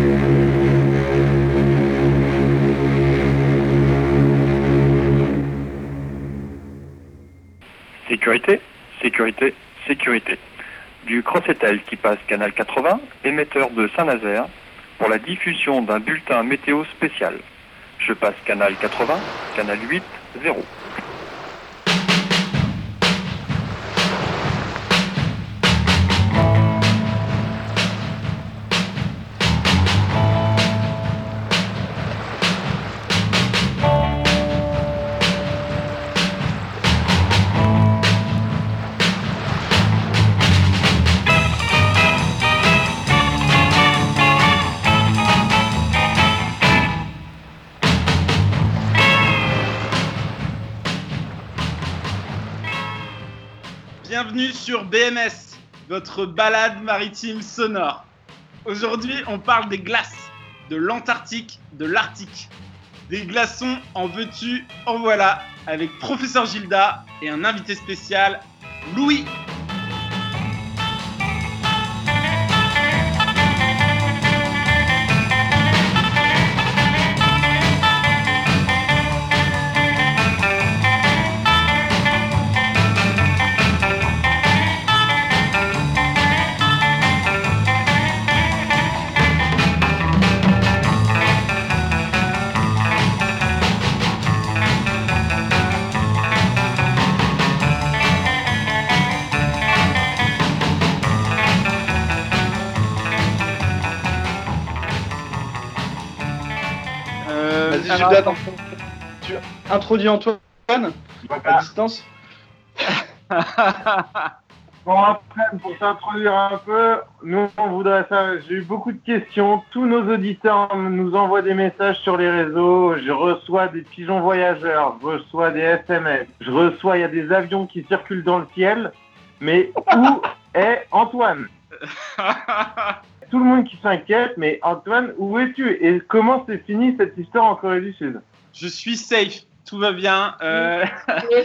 Sécurité, sécurité, sécurité. Du Crossetel qui passe canal 80, émetteur de Saint-Nazaire, pour la diffusion d'un bulletin météo spécial. Je passe canal 80, canal 8, 0. Bienvenue sur BMS, votre balade maritime sonore. Aujourd'hui, on parle des glaces, de l'Antarctique, de l'Arctique. Des glaçons en veux-tu, en voilà, avec Professeur Gilda et un invité spécial, Louis. Vas-y, Gilda, attends. Tu introduis Antoine à distance. Bon, après, pour t'introduire un peu, nous, on voudrait faire... J'ai eu beaucoup de questions. Tous nos auditeurs nous envoient des messages sur les réseaux. Je reçois des pigeons voyageurs. Je reçois des SMS. Je reçois... Il y a des avions qui circulent dans le ciel. Mais où est Antoine? Tout le monde qui s'inquiète, mais Antoine, où es-tu? Et comment s'est finie cette histoire en Corée du Sud? Je suis safe, tout va bien. Ouais.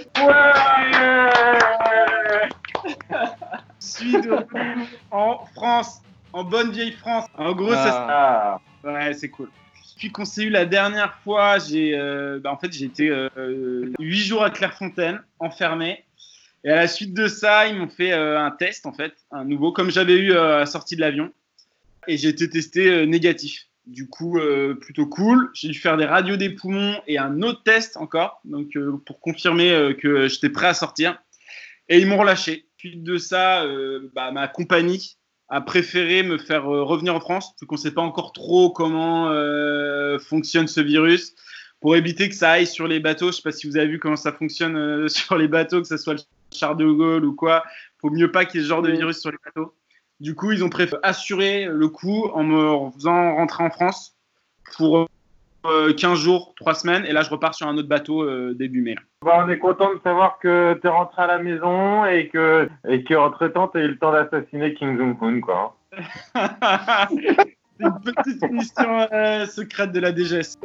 Je suis de retour en France, en bonne vieille France. En gros, ça. Ouais, c'est cool. Depuis qu'on s'est eu la dernière fois, j'ai été 8 jours à Clairefontaine, enfermé. Et à la suite de ça, ils m'ont fait un test, en fait, un nouveau, comme j'avais eu à la sortie de l'avion. Et j'ai été testé négatif. Du coup, plutôt cool. J'ai dû faire des radios des poumons et un autre test encore, donc pour confirmer que j'étais prêt à sortir. Et ils m'ont relâché. Suite de ça, ma compagnie a préféré me faire revenir en France, vu qu'on ne sait pas encore trop comment fonctionne ce virus, pour éviter que ça aille sur les bateaux. Je ne sais pas si vous avez vu comment ça fonctionne sur les bateaux, que ce soit le Charles de Gaulle ou quoi. Il ne faut mieux pas qu'il y ait ce genre de virus sur les bateaux. Du coup, ils ont préféré assurer le coup en me faisant rentrer en France pour 15 jours, 3 semaines. Et là, je repars sur un autre bateau début mai. On est content de savoir que tu es rentré à la maison et que entre-temps, tu as eu le temps d'assassiner Kim Jong-un, quoi. C'est une petite mission secrète de la DGS.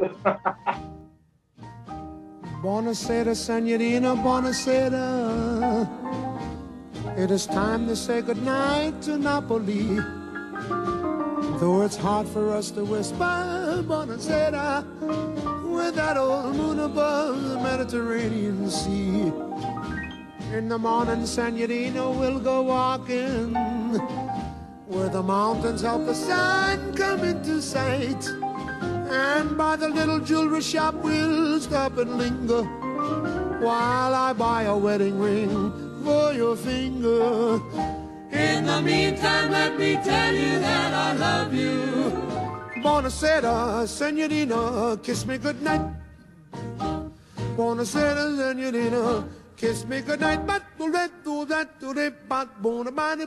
Buonasera, signorina, buonasera. It is time to say goodnight to Napoli. Though it's hard for us to whisper buonasera with that old moon above the Mediterranean Sea. In the morning, signorina, we'll go walking where the mountains help the sun come into sight. And by the little jewelry shop we'll stop and linger while I buy a wedding ring for your finger. In the meantime, let me tell you that I love you. Buonasera, signorina, kiss me goodnight. Buonasera, signorina, kiss me goodnight. But do that, do that, but buonasera,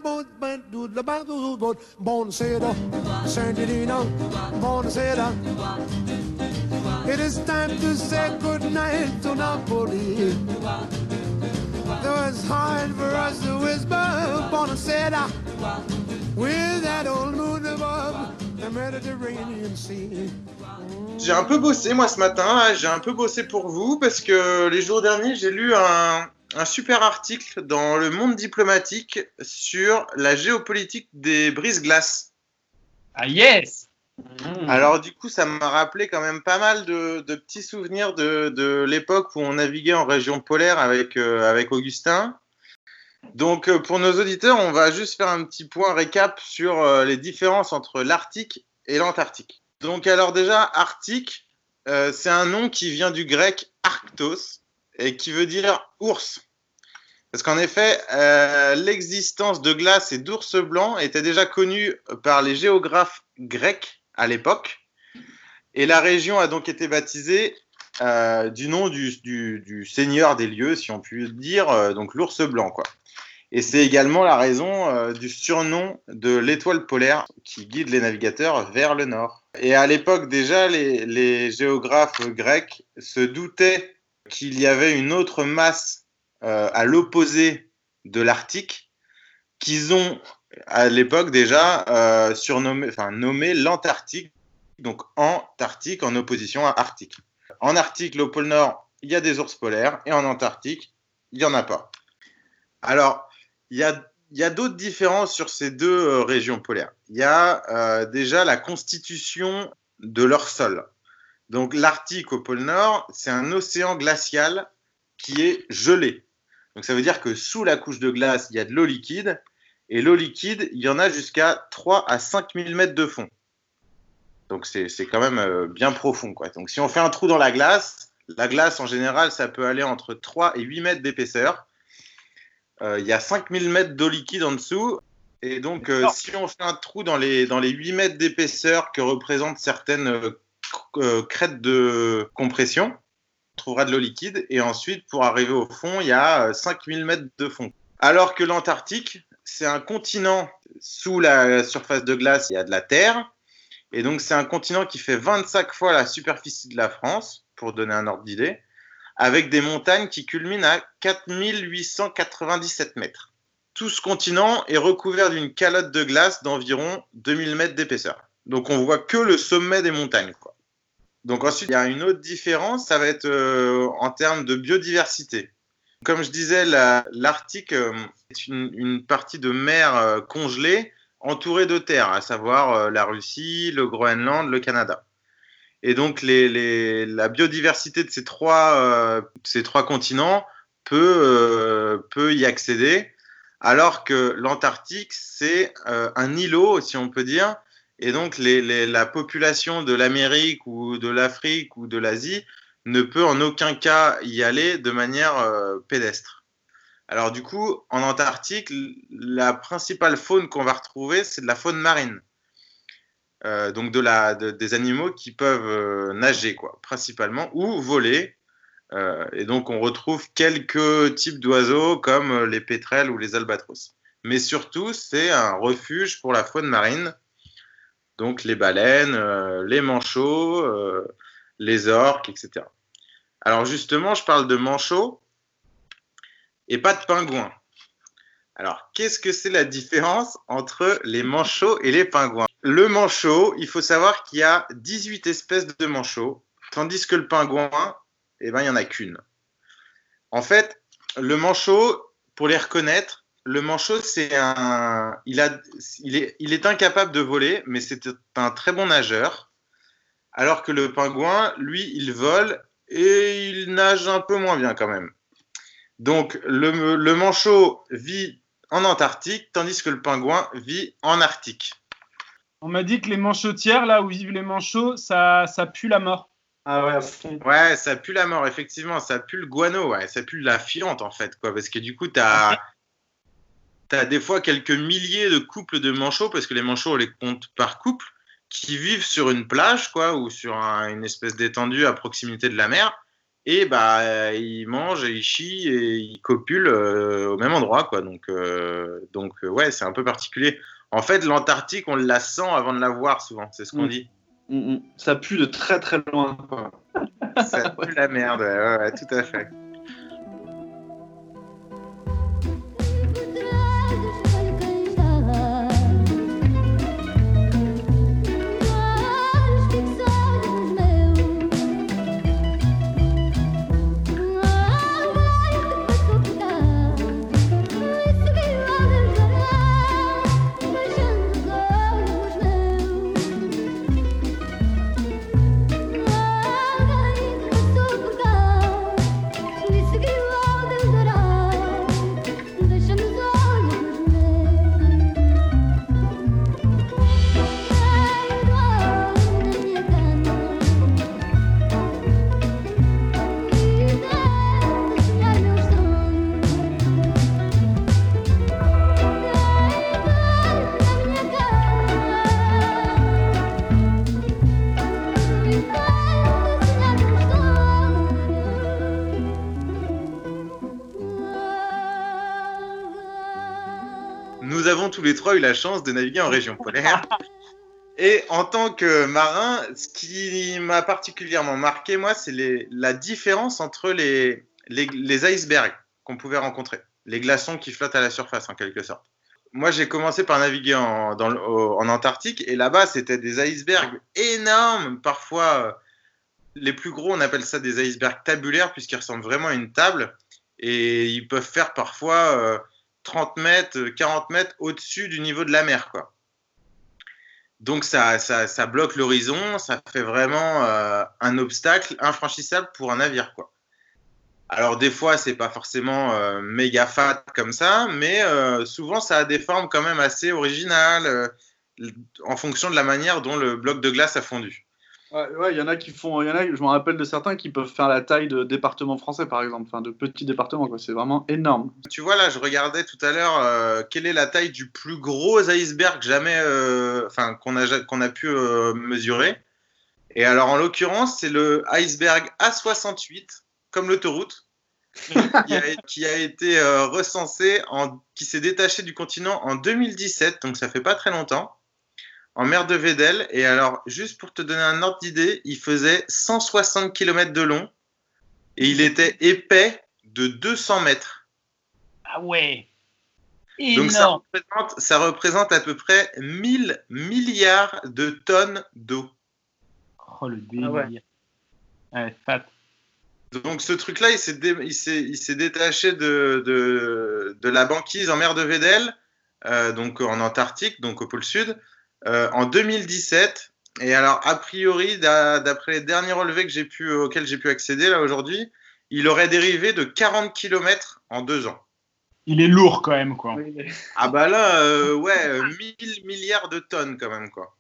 signorina, buonasera. It is time to say goodnight to Napoli. Though it's hard for us to whisper buonasera with that old moon above the Mediterranean Sea. J'ai un peu bossé moi ce matin, là. J'ai un peu bossé pour vous parce que les jours derniers j'ai lu un super article dans Le Monde diplomatique sur la géopolitique des brise-glaces. Ah yes. Alors du coup, ça m'a rappelé quand même pas mal de petits souvenirs de l'époque où on naviguait en région polaire avec Augustin. Donc pour nos auditeurs, on va juste faire un petit point récap sur les différences entre l'Arctique et l'Antarctique. Donc alors déjà, Arctique, c'est un nom qui vient du grec arctos et qui veut dire ours. Parce qu'en effet, l'existence de glace et d'ours blancs était déjà connue par les géographes grecs à l'époque. Et la région a donc été baptisée du nom du seigneur des lieux, si on peut dire, donc l'ours blanc, quoi. Et c'est également la raison du surnom de l'étoile polaire qui guide les navigateurs vers le nord. Et à l'époque déjà, les géographes grecs se doutaient qu'il y avait une autre masse à l'opposé de l'Arctique qu'ils ont à l'époque déjà nommé l'Antarctique, donc Antarctique en opposition à Arctique. En Arctique, le pôle Nord, il y a des ours polaires et en Antarctique, il n'y en a pas. Alors, il y a d'autres différences sur ces deux régions polaires. Il y a déjà la constitution de leur sol. Donc l'Arctique au pôle Nord, c'est un océan glacial qui est gelé. Donc ça veut dire que sous la couche de glace, il y a de l'eau liquide. Et l'eau liquide, il y en a jusqu'à 3 à 5 000 mètres de fond. Donc c'est quand même bien profond, quoi. Donc si on fait un trou dans la glace en général, ça peut aller entre 3 et 8 mètres d'épaisseur. Il y a 5 000 mètres d'eau liquide en dessous. Et donc si on fait un trou dans les 8 mètres d'épaisseur que représentent certaines crêtes de compression, on trouvera de l'eau liquide. Et ensuite, pour arriver au fond, il y a 5 000 mètres de fond. Alors que l'Antarctique, c'est un continent, sous la surface de glace, il y a de la terre. Et donc, c'est un continent qui fait 25 fois la superficie de la France, pour donner un ordre d'idée, avec des montagnes qui culminent à 4 897 mètres. Tout ce continent est recouvert d'une calotte de glace d'environ 2000 mètres d'épaisseur. Donc, on voit que le sommet des montagnes, quoi. Donc, ensuite, il y a une autre différence, ça va être en termes de biodiversité. Comme je disais, l'Arctique est une partie de mer congelée entourée de terre, à savoir la Russie, le Groenland, le Canada. Et donc, la biodiversité de ces trois continents peut y accéder, alors que l'Antarctique, c'est un îlot, si on peut dire, et donc la population de l'Amérique ou de l'Afrique ou de l'Asie ne peut en aucun cas y aller de manière pédestre. Alors du coup, en Antarctique, la principale faune qu'on va retrouver, c'est de la faune marine. Donc des animaux qui peuvent nager, quoi, principalement, ou voler. Et donc on retrouve quelques types d'oiseaux comme les pétrels ou les albatros. Mais surtout, c'est un refuge pour la faune marine. Donc les baleines, les manchots, les orques, etc. Alors justement, je parle de manchots et pas de pingouins. Alors, qu'est-ce que c'est la différence entre les manchots et les pingouins ? Le manchot, il faut savoir qu'il y a 18 espèces de manchots, tandis que le pingouin, il n'y en a qu'une. En fait, le manchot, pour les reconnaître, le manchot, il est incapable de voler, mais c'est un très bon nageur. Alors que le pingouin, lui, il vole et il nage un peu moins bien quand même. Donc, le manchot vit en Antarctique, tandis que le pingouin vit en Arctique. On m'a dit que les manchotières, là où vivent les manchots, ça pue la mort. Ah ouais, à fond. Ouais, ça pue la mort, effectivement. Ça pue le guano, ouais. Ça pue la fiente, en fait, quoi. Parce que du coup, t'as des fois quelques milliers de couples de manchots, parce que les manchots, on les compte par couple, qui vivent sur une plage, quoi, ou sur une espèce d'étendue à proximité de la mer. Et ils mangent, et ils chient et ils copulent au même endroit, quoi. Donc ouais, c'est un peu particulier. En fait, l'Antarctique, on la sent avant de la voir souvent, c'est ce qu'on dit. Ça pue de très très loin, quoi. Ça pue la merde, ouais, tout à fait. les trois eu la chance de naviguer en région polaire. Et en tant que marin, ce qui m'a particulièrement marqué, moi, c'est la différence entre les icebergs qu'on pouvait rencontrer, les glaçons qui flottent à la surface en quelque sorte. Moi, j'ai commencé par naviguer en Antarctique et là-bas, c'était des icebergs énormes. Parfois, les plus gros, on appelle ça des icebergs tabulaires puisqu'ils ressemblent vraiment à une table et ils peuvent faire parfois 30 mètres, 40 mètres au-dessus du niveau de la mer, quoi. Donc, ça bloque l'horizon, ça fait vraiment un obstacle infranchissable pour un navire, quoi. Alors, des fois, c'est pas forcément méga fat comme ça, mais souvent, ça a des formes quand même assez originales en fonction de la manière dont le bloc de glace a fondu. Ouais, il y en a, je me rappelle de certains qui peuvent faire la taille de départements français, par exemple, enfin de petits départements, quoi. C'est vraiment énorme. Tu vois, là, je regardais tout à l'heure quelle est la taille du plus gros iceberg jamais, qu'on a pu mesurer. Et alors, en l'occurrence, c'est le iceberg A68, comme l'autoroute, qui a été recensé, qui s'est détaché du continent en 2017, donc ça fait pas très longtemps, en mer de Weddell. Et alors, juste pour te donner un ordre d'idée, il faisait 160 km de long et il était épais de 200 mètres. Ah ouais. Énorme. Donc ça représente à peu près 1000 milliards de tonnes d'eau. Oh, le délire. Ouais, fat. Donc ce truc-là, il s'est détaché de la banquise en mer de Weddell, donc en Antarctique, donc au pôle sud, en 2017. Et alors, a priori, d'après les derniers relevés auxquels j'ai pu accéder là aujourd'hui, il aurait dérivé de 40 km en 2 ans. Il est lourd quand même, quoi. Ah bah là, 1000 milliards de tonnes quand même, quoi.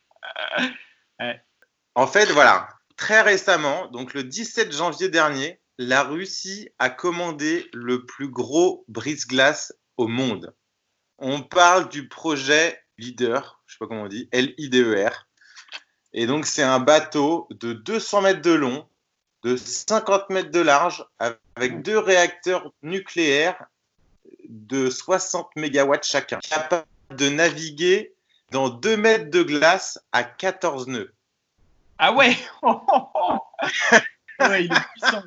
Ouais. En fait, voilà. Très récemment, donc le 17 janvier dernier, la Russie a commandé le plus gros brise-glace au monde. On parle du projet Leader, je ne sais pas comment on dit, L-I-D-E-R. Et donc, c'est un bateau de 200 mètres de long, de 50 mètres de large, avec 2 réacteurs nucléaires de 60 mégawatts chacun, capable de naviguer dans 2 mètres de glace à 14 nœuds. Ah ouais. Ouais, il est puissant.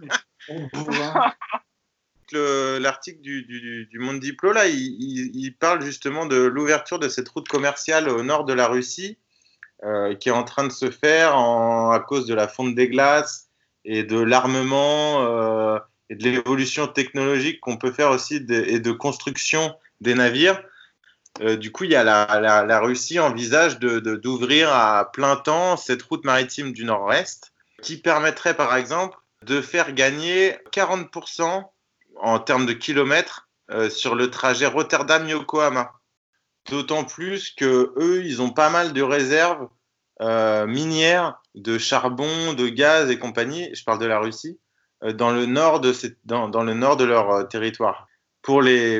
L'article du Monde Diplo, là, il parle justement de l'ouverture de cette route commerciale au nord de la Russie qui est en train de se faire à cause de la fonte des glaces et de l'armement et de l'évolution technologique qu'on peut faire aussi et de construction des navires. Du coup, la Russie envisage d'ouvrir à plein temps cette route maritime du Nord-Est qui permettrait, par exemple, de faire gagner 40% en termes de kilomètres sur le trajet Rotterdam-Yokohama. D'autant plus qu'eux, ils ont pas mal de réserves minières de charbon, de gaz et compagnie, je parle de la Russie, dans le nord de leur territoire. Pour les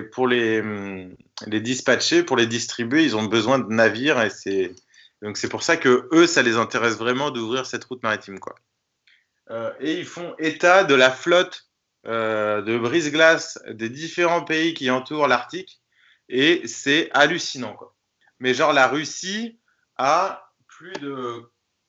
dispatcher, pour les distribuer, ils ont besoin de navires donc c'est pour ça que eux, ça les intéresse vraiment d'ouvrir cette route maritime, quoi. Et ils font état de la flotte de brise-glace des différents pays qui entourent l'Arctique et c'est hallucinant, quoi. Mais genre la Russie a plus de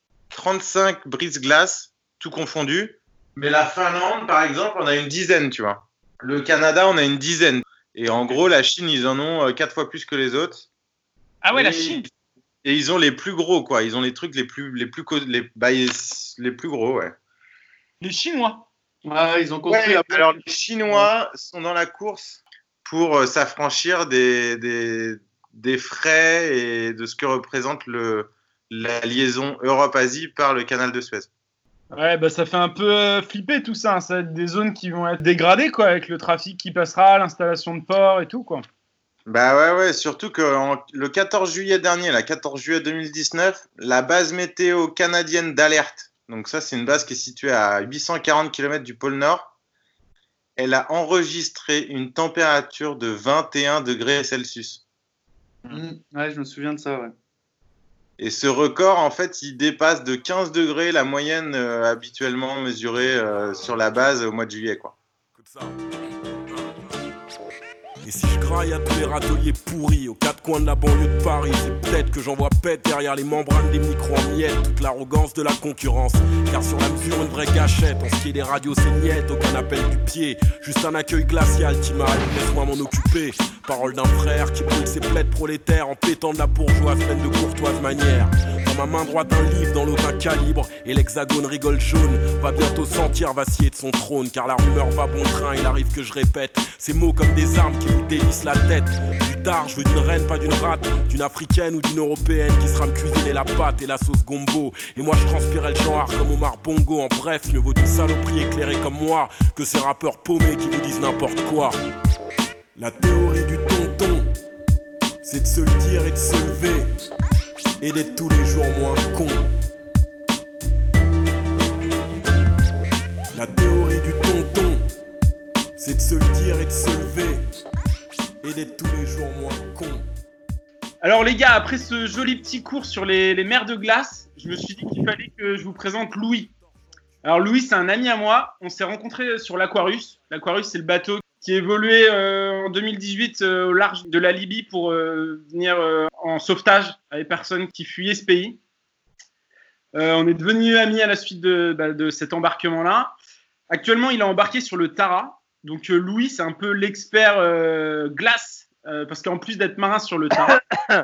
35 brise-glace, tout confondu. Mais la Finlande, par exemple, on a une dizaine, tu vois. Le Canada, on a une dizaine. Et en gros, la Chine, ils en ont 4 fois plus que les autres. Ah ouais, la Chine. Et ils ont les plus gros, quoi. Ils ont les trucs les plus gros, ouais. Les Chinois. Ouais, ils ont construit. Ouais, alors les Chinois sont dans la course pour s'affranchir des frais et de ce que représente la liaison Europe-Asie par le canal de Suez. Ouais, bah ça fait un peu flipper tout ça. Ça va être des zones qui vont être dégradées, quoi, avec le trafic qui passera, l'installation de ports et tout, quoi. Bah ouais, surtout que le 14 juillet dernier, 14 juillet 2019, la base météo canadienne d'alerte, donc ça c'est une base qui est située à 840 km du pôle Nord, elle a enregistré une température de 21 degrés Celsius. Ouais, je me souviens de ça, ouais. Et ce record, en fait, il dépasse de 15 degrés la moyenne habituellement mesurée sur la base au mois de juillet, quoi. Et si je graille à tous les râteliers pourris aux quatre coins de la banlieue de Paris, c'est peut-être que j'envoie pète derrière les membranes des micros en miettes toute l'arrogance de la concurrence. Car sur la mesure, une vraie gâchette. En ce qui est des radios, c'est niette, aucun appel du pied. Juste un accueil glacial, Timal, laisse-moi m'en occuper. Parole d'un frère qui brûle ses plaides prolétaires en pétant de la bourgeoise pleine de courtoise manière. Dans ma main droite un livre, dans l'autre un calibre. Et l'hexagone rigole jaune, va bientôt sentir vaciller de son trône. Car la rumeur va bon train, il arrive que je répète ces mots comme des armes qui vous dévissent la tête. Plus tard, je veux d'une reine, pas d'une rate, d'une africaine ou d'une européenne qui sera me cuisiner la pâte et la sauce gombo. Et moi je transpirais le genre comme Omar Bongo. En bref, mieux vaut une saloperie éclairée comme moi que ces rappeurs paumés qui vous disent n'importe quoi. La théorie du tonton, c'est de se le dire et de se lever et d'être tous les jours moins con. La théorie du tonton, c'est de se le dire et de se lever et d'être tous les jours moins con. Alors les gars, après ce joli petit cours sur les mers de glace, je me suis dit qu'il fallait que je vous présente Louis. Alors Louis, c'est un ami à moi, on s'est rencontrés sur l'Aquarius. L'Aquarius, c'est le bateau qui évoluait en 2018 au large de la Libye pour venir en sauvetage à des personnes qui fuyaient ce pays. On est devenus amis à la suite de cet embarquement-là. Actuellement, il est embarqué sur le Tara. Donc Louis, c'est un peu l'expert glace, parce qu'en plus d'être marin sur le Tara,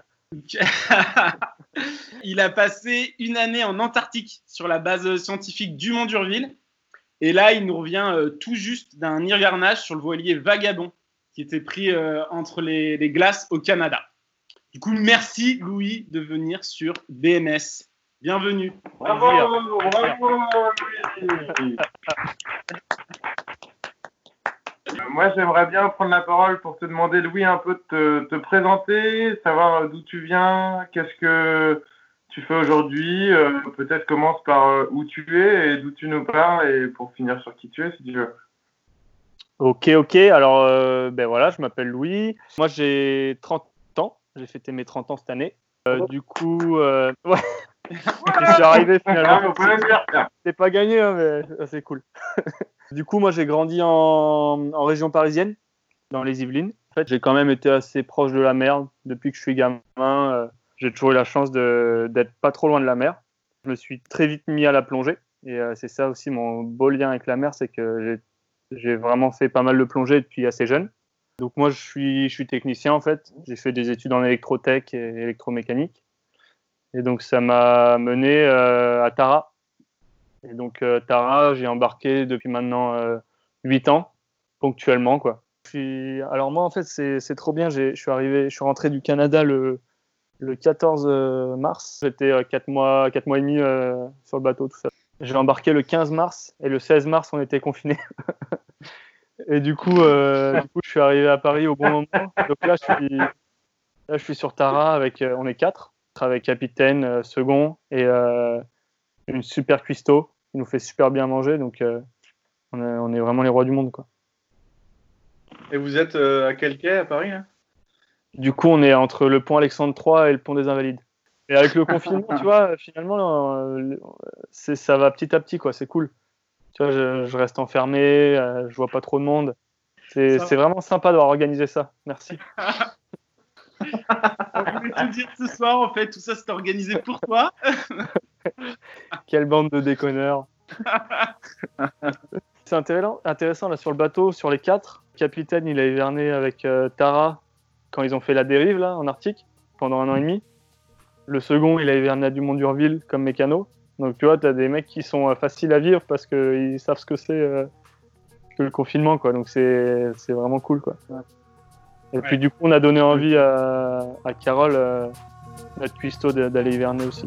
il a passé une année en Antarctique sur la base scientifique du Mont d'Urville. Et là, il nous revient tout juste d'un hivernage sur le voilier Vagabond, qui était pris entre les glaces au Canada. Du coup, merci Louis de venir sur BMS. Bienvenue. Bravo, Louis. Moi, j'aimerais bien prendre la parole pour te demander, Louis, un peu de te présenter, savoir d'où tu viens, qu'est-ce que tu fais aujourd'hui. Peut-être commence par où tu es et d'où tu nous parles, et pour finir sur qui tu es, si tu veux. Ok. Alors, voilà, je m'appelle Louis. Moi, j'ai 30 ans. J'ai fêté mes 30 ans cette année. Du coup, ouais. Je suis arrivé finalement. C'est pas gagné, hein, mais c'est cool. Du coup, moi, j'ai grandi en région parisienne, dans les Yvelines. En fait, j'ai quand même été assez proche de la mer depuis que je suis gamin. J'ai toujours eu la chance d'être pas trop loin de la mer. Je me suis très vite mis à la plongée. Et c'est ça aussi mon beau lien avec la mer, c'est que j'ai vraiment fait pas mal de plongée depuis assez jeune. Donc moi, je suis technicien en fait. J'ai fait des études en électrotech et électromécanique. Et donc ça m'a mené à Tara. Et donc Tara, j'ai embarqué depuis maintenant 8 ans, ponctuellement quoi. Alors moi en fait c'est trop bien. Je suis rentré du Canada le 14 mars. J'étais 4 mois et demi sur le bateau tout ça. J'ai embarqué le 15 mars et le 16 mars on était confinés. Et du coup je suis arrivé à Paris au bon moment. Donc là je suis sur Tara on est 4. Avec capitaine, second et une super cuistot qui nous fait super bien manger, donc on est vraiment les rois du monde quoi. Et vous êtes à quel quai à Paris là ? Du coup on est entre le pont Alexandre III et le pont des Invalides. Et avec le confinement tu vois finalement ça va petit à petit quoi, c'est cool. Tu vois je reste enfermé, je vois pas trop de monde. C'est vraiment sympa d'avoir organisé ça. Merci. On voulait tout dire ce soir, en fait, tout ça c'était organisé pour toi. Quelle bande de déconneurs. C'est intéressant là sur le bateau, sur les 4. Le capitaine il a hiverné avec Tara quand ils ont fait la dérive là en Arctique pendant 1 an et demi. Le second il a hiverné à du Mont d'Urville comme mécano. Donc tu vois, t'as des mecs qui sont faciles à vivre parce qu'ils savent ce que c'est que le confinement quoi. Donc c'est vraiment cool quoi. Ouais. Et puis du coup, on a donné envie à Carole, notre cuistot, d'aller hiverner aussi.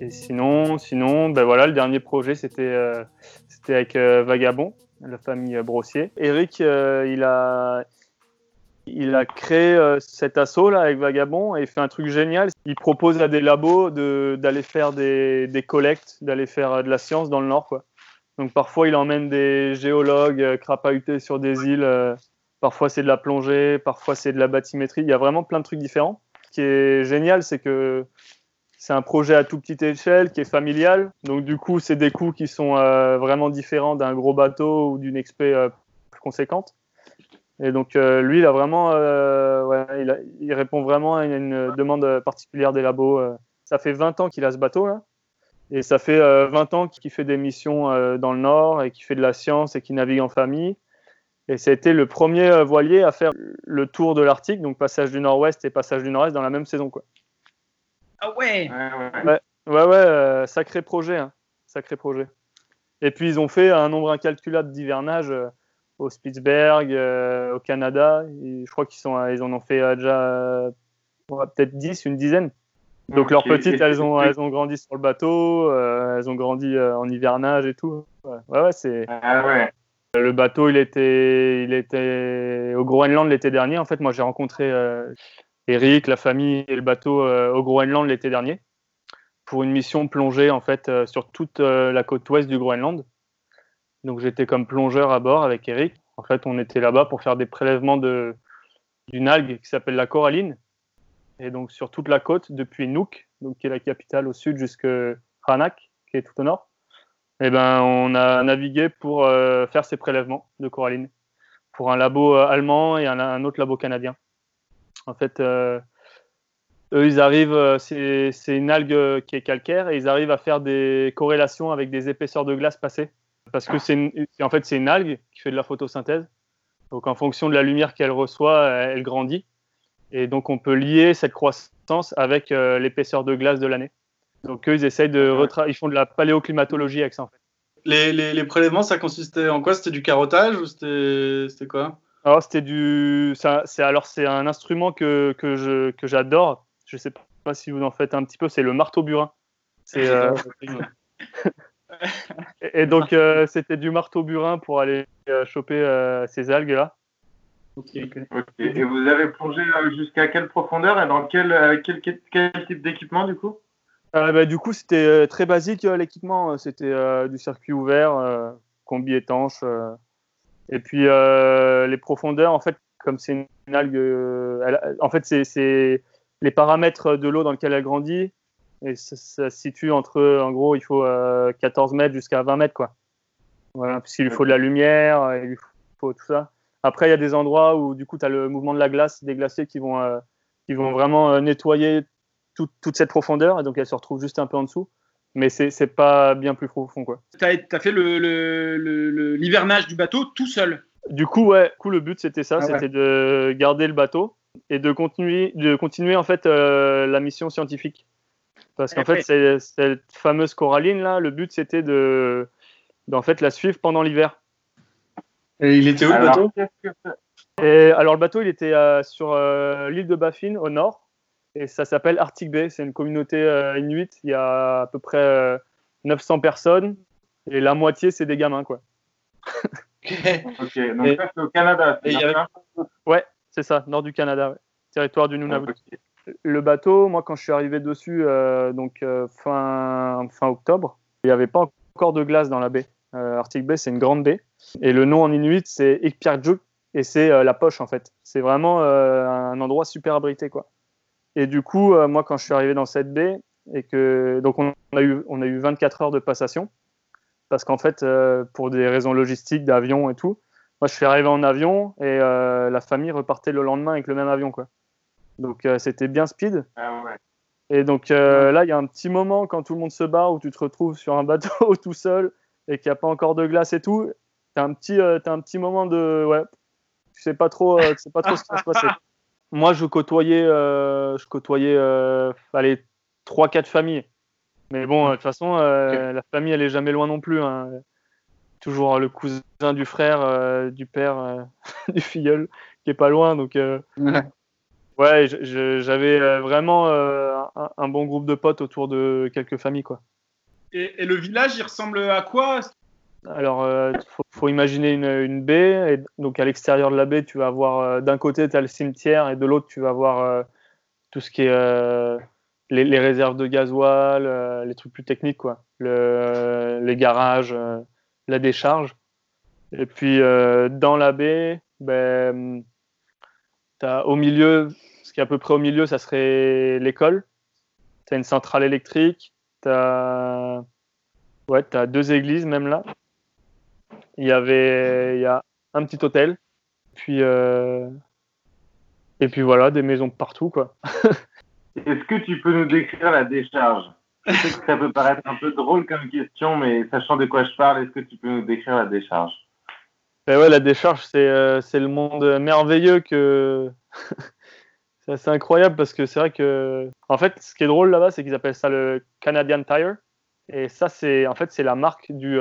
Et sinon, ben voilà, le dernier projet, c'était avec Vagabond, la famille Brossier. Eric, il a créé cet assaut là avec Vagabond et il fait un truc génial. Il propose à des labos d'aller faire des collectes, d'aller faire de la science dans le Nord, quoi. Donc parfois, il emmène des géologues crapahuter sur des îles. Parfois, c'est de la plongée, parfois, c'est de la bathymétrie. Il y a vraiment plein de trucs différents. Ce qui est génial, c'est que c'est un projet à toute petite échelle qui est familial. Donc, du coup, c'est des coûts qui sont vraiment différents d'un gros bateau ou d'une expé plus conséquente. Et donc, lui, il a vraiment, il répond vraiment à une demande particulière des labos. Ça fait 20 ans qu'il a ce bateau, là. Et ça fait 20 ans qu'il fait des missions dans le Nord et qu'il fait de la science et qu'il navigue en famille. Et ça a été le premier voilier à faire le tour de l'Arctique, donc passage du Nord-Ouest et passage du Nord-Est dans la même saison, quoi. Ah ouais. Ouais, sacré projet, hein. Sacré projet. Et puis ils ont fait un nombre incalculable d'hivernages au Spitzberg, au Canada. Et je crois ils en ont fait déjà peut-être 10, une dizaine. Donc leurs petites, elles ont grandi sur le bateau, elles ont grandi en hivernage et tout. Ouais, c'est. Ah ouais. Le bateau, il était au Groenland l'été dernier. En fait, moi, j'ai rencontré Eric, la famille et le bateau au Groenland l'été dernier pour une mission plongée en fait sur toute la côte ouest du Groenland. Donc, j'étais comme plongeur à bord avec Eric. En fait, on était là-bas pour faire des prélèvements d'une algue qui s'appelle la coralline. Et donc, sur toute la côte, depuis Nuuk, donc qui est la capitale au sud, jusqu'à Qaanaaq, qui est tout au nord. Eh ben, on a navigué pour faire ces prélèvements de coralline pour un labo allemand et un autre labo canadien. En fait, eux, ils arrivent, c'est une algue qui est calcaire et ils arrivent à faire des corrélations avec des épaisseurs de glace passées. Parce que c'est une algue qui fait de la photosynthèse. Donc, en fonction de la lumière qu'elle reçoit, elle grandit. Et donc, on peut lier cette croissance avec l'épaisseur de glace de l'année. Donc eux, ils essayent ils font de la paléoclimatologie avec ça en fait. Les prélèvements, ça consistait en quoi? C'était du carottage ou c'était quoi? Alors c'est un instrument que j'adore. Je sais pas si vous en faites un petit peu. C'est le marteau burin. Et donc c'était du marteau burin pour aller choper ces algues là. Okay. Et vous avez plongé jusqu'à quelle profondeur et dans quel type d'équipement du coup? Du coup, c'était très basique l'équipement. C'était du circuit ouvert, combi étanche. Et puis les profondeurs, en fait, comme c'est une algue, en fait, c'est les paramètres de l'eau dans lequel elle grandit. Et ça se situe en gros, il faut 14 mètres jusqu'à 20 mètres, quoi. Voilà, puisqu'il lui faut de la lumière, il lui faut tout ça. Après, il y a des endroits où, du coup, tu as le mouvement de la glace, des glaciers qui vont vraiment nettoyer toute cette profondeur, et donc elle se retrouve juste un peu en dessous, mais c'est pas bien plus profond, quoi. T'as fait l'hivernage du bateau tout seul? Du coup, le but c'était ça, c'était de garder le bateau et de continuer en fait la mission scientifique, parce qu'en fait cette fameuse coralline là, le but c'était d'en fait la suivre pendant l'hiver. Et il était où le bateau? Alors le bateau il était sur l'île de Baffin au nord. Et ça s'appelle Arctic Bay. C'est une communauté inuite. Il y a à peu près 900 personnes. Et la moitié, c'est des gamins, quoi. Ok, donc ça, c'est au Canada. Ouais, c'est ça, nord du Canada. Ouais. Territoire du Nunavut. Okay. Le bateau, moi, quand je suis arrivé dessus, fin octobre, il n'y avait pas encore de glace dans la baie. Arctic Bay, c'est une grande baie. Et le nom en inuit, c'est Ikpiarjuk. Et c'est la poche, en fait. C'est vraiment un endroit super abrité, quoi. Et du coup, moi, quand je suis arrivé dans cette baie, donc on a eu 24 heures de passation, parce qu'en fait, pour des raisons logistiques, d'avion et tout, moi, je suis arrivé en avion et la famille repartait le lendemain avec le même avion, quoi. Donc, c'était bien speed. Ah ouais. Et donc, là, il y a un petit moment quand tout le monde se barre où tu te retrouves sur un bateau tout seul et qu'il n'y a pas encore de glace et tout. T'as un petit moment de... Ouais, tu sais pas trop ce qui va se passer. Moi, je côtoyais 3-4 familles. Mais bon, de toute façon, la famille, elle est jamais loin non plus. Hein. Toujours le cousin du frère, du père, du filleul, qui est pas loin. Donc, ouais, Ouais, j'avais vraiment un bon groupe de potes autour de quelques familles, quoi. Et le village, il ressemble à quoi? Alors, faut imaginer une baie. Et donc, à l'extérieur de la baie, tu vas avoir d'un côté, tu as le cimetière et de l'autre, tu vas avoir tout ce qui est les réserves de gasoil, les trucs plus techniques, quoi. Les garages, la décharge. Et puis, dans la baie, t'as au milieu, ce qui est à peu près au milieu, ça serait l'école. Tu as une centrale électrique. T'as 2 églises, même là. Il y a un petit hôtel. Et puis voilà, des maisons partout, quoi. Est-ce que tu peux nous décrire la décharge? Je sais que ça peut paraître un peu drôle comme question, mais sachant de quoi je parle, est-ce que tu peux nous décrire la décharge? Ben ouais, la décharge, c'est le monde merveilleux que. C'est assez incroyable parce que c'est vrai que. En fait, ce qui est drôle là-bas, c'est qu'ils appellent ça le Canadian Tire. Et ça, c'est la marque du.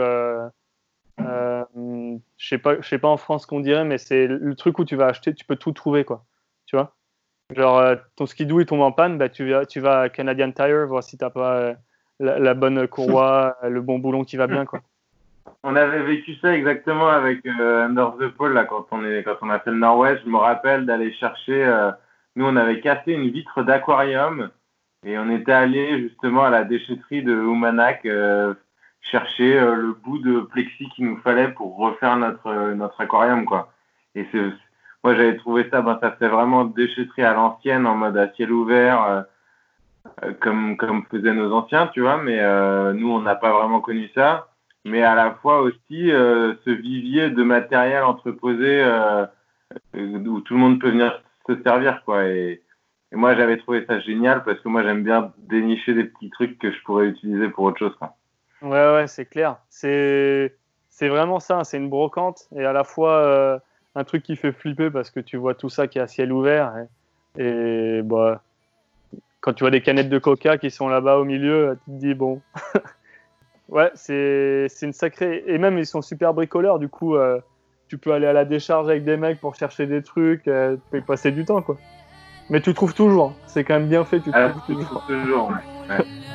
Je sais pas en France qu'on dirait, mais c'est le truc où tu vas acheter, tu peux tout trouver, quoi. Tu vois? Genre, ton skidoo il tombe en panne, bah, tu vas à Canadian Tire voir si t'as pas la bonne courroie, le bon boulon qui va bien, quoi. On avait vécu ça exactement avec Under the Pole là, quand on a fait le Nord-Ouest. Je me rappelle d'aller chercher. Nous, on avait cassé une vitre d'aquarium et on était allé justement à la déchetterie de Oumanak chercher le bout de plexi qu'il nous fallait pour refaire notre aquarium, quoi. Et moi, j'avais trouvé ça, ça fait vraiment déchetterie à l'ancienne, en mode à ciel ouvert, comme faisaient nos anciens, tu vois. Mais nous, on n'a pas vraiment connu ça. Mais à la fois aussi ce vivier de matériel entreposé où tout le monde peut venir se servir, quoi. Et moi, j'avais trouvé ça génial parce que moi, j'aime bien dénicher des petits trucs que je pourrais utiliser pour autre chose, quoi. Ouais, c'est clair. C'est vraiment ça. C'est une brocante et à la fois un truc qui fait flipper parce que tu vois tout ça qui est à ciel ouvert. Et bah, quand tu vois des canettes de coca qui sont là-bas au milieu, tu te dis bon. Ouais, c'est une sacrée. Et même, ils sont super bricoleurs. Du coup, tu peux aller à la décharge avec des mecs pour chercher des trucs. Tu peux y passer du temps, quoi. Mais tu trouves toujours. C'est quand même bien fait. Tu trouves toujours. Ouais.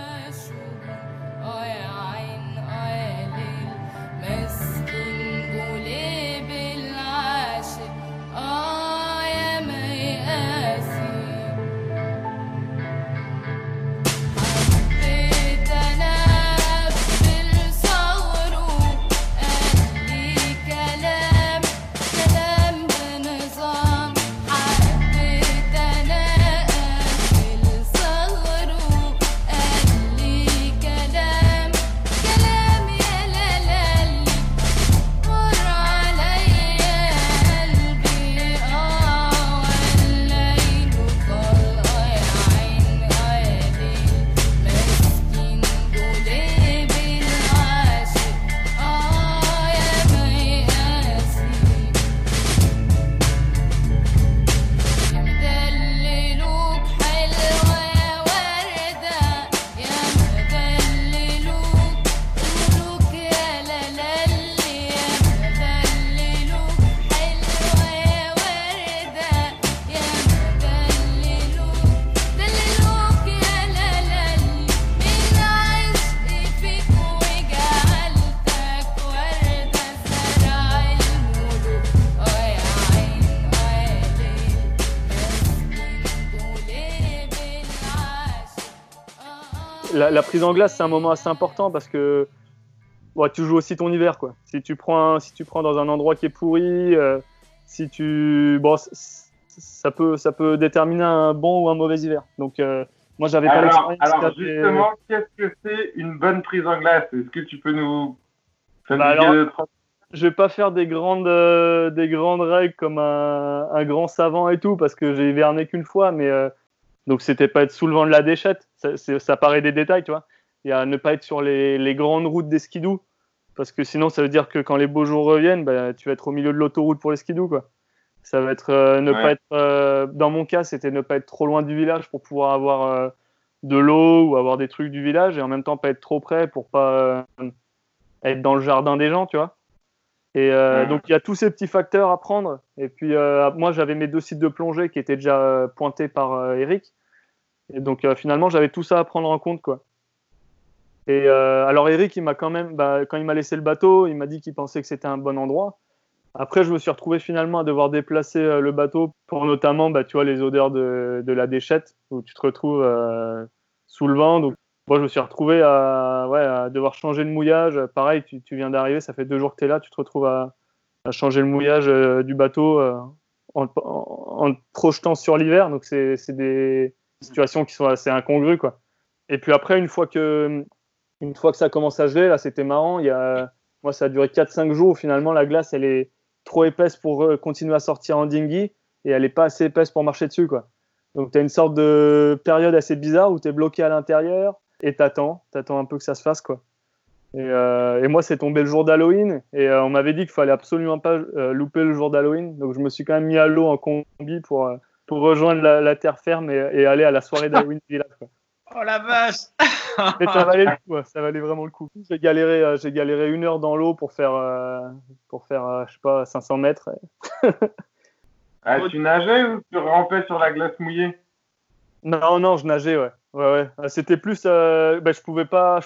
La prise en glace, c'est un moment assez important parce que tu joues aussi ton hiver, quoi. Si tu prends dans un endroit qui est pourri, ça peut déterminer un bon ou un mauvais hiver. Donc moi, j'avais pas l'expérience. Alors justement, qu'est-ce que c'est une bonne prise en glace? Est-ce que tu peux nous je vais pas faire des grandes règles comme un grand savant et tout parce que j'ai hiverné qu'une fois, mais donc c'était pas être sous le vent de la déchette. Ça paraît des détails, tu vois. Et à ne pas être sur les grandes routes des skidoo parce que sinon ça veut dire que quand les beaux jours reviennent, tu vas être au milieu de l'autoroute pour les skidoo, quoi. Ça va être pas être. Dans mon cas, c'était ne pas être trop loin du village pour pouvoir avoir de l'eau ou avoir des trucs du village et en même temps pas être trop près pour pas être dans le jardin des gens, tu vois. Et donc, il y a tous ces petits facteurs à prendre. Et puis, moi, j'avais mes 2 sites de plongée qui étaient déjà pointés par Eric. Et donc, finalement, j'avais tout ça à prendre en compte, quoi. Et alors, Eric, il m'a quand même, quand il m'a laissé le bateau, il m'a dit qu'il pensait que c'était un bon endroit. Après, je me suis retrouvé finalement à devoir déplacer le bateau pour notamment, tu vois, les odeurs de la déchette, où tu te retrouves sous le vent. Donc, moi, je me suis retrouvé à devoir changer le mouillage. Pareil, tu viens d'arriver, ça fait 2 jours que tu es là, tu te retrouves à changer le mouillage du bateau en te projetant sur l'hiver. Donc, c'est des situations qui sont assez incongrues, quoi. Et puis après, une fois que ça commence à geler, là, c'était marrant. Moi, ça a duré 4-5 jours. Finalement, la glace, elle est trop épaisse pour continuer à sortir en dinghy et elle n'est pas assez épaisse pour marcher dessus, quoi. Donc, tu as une sorte de période assez bizarre où tu es bloqué à l'intérieur et t'attends un peu que ça se fasse, quoi. Et moi, c'est tombé le jour d'Halloween et on m'avait dit qu'il fallait absolument pas louper le jour d'Halloween. Donc, je me suis quand même mis à l'eau en combi pour rejoindre la terre ferme et aller à la soirée d'Halloween du village, quoi. Oh la vache! Mais ça valait le coup, ça valait vraiment le coup. J'ai galéré 1 heure dans l'eau pour faire je sais pas, 500 mètres. Tu nageais ou tu rampais sur la glace mouillée? Non, je nageais, ouais. C'était plus, je pouvais pas,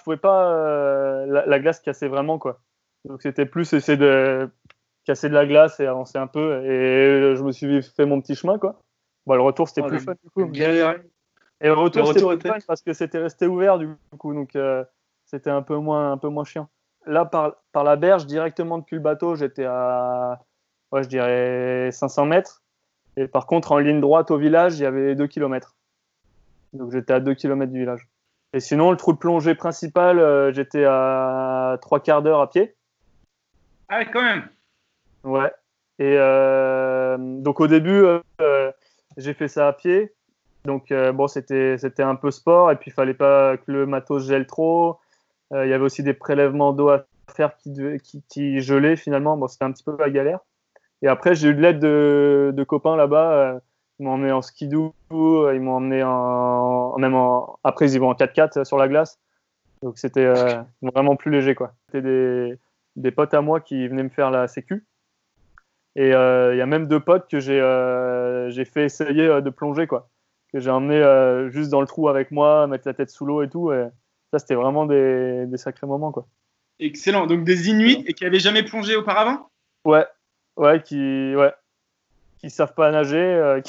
la glace cassait vraiment, quoi. Donc c'était plus essayer de casser de la glace et avancer un peu. Et je me suis fait mon petit chemin, quoi. Bon, le retour c'était plus fun du coup. Et le retour c'était fun parce que c'était resté ouvert du coup, donc c'était un peu moins chiant. Là, par la berge, directement depuis le bateau, j'étais à, je dirais 500 mètres. Et par contre, en ligne droite au village, il y avait 2 km. Donc j'étais à 2 km du village. Et sinon, le trou de plongée principal, j'étais à 3/4 d'heure à pied. Ah ouais, quand même. Ouais. Et donc au début, j'ai fait ça à pied. Donc c'était un peu sport et puis il fallait pas que le matos gèle trop. Il y avait aussi des prélèvements d'eau à faire qui gelaient finalement. Bon, c'était un petit peu la galère. Et après, j'ai eu de l'aide de copains là-bas. Ils m'ont emmené en skidoo, ils m'ont emmené après ils y vont en 4x4 sur la glace. Donc c'était vraiment plus léger, quoi. C'était des potes à moi qui venaient me faire la sécu. Et il y a même 2 potes que j'ai fait essayer de plonger, quoi. Que j'ai emmené juste dans le trou avec moi, mettre la tête sous l'eau et tout. Et ça, c'était vraiment des sacrés moments, quoi. Excellent. Donc des Inuits et qui n'avaient jamais plongé auparavant? Ouais, qui savent pas nager.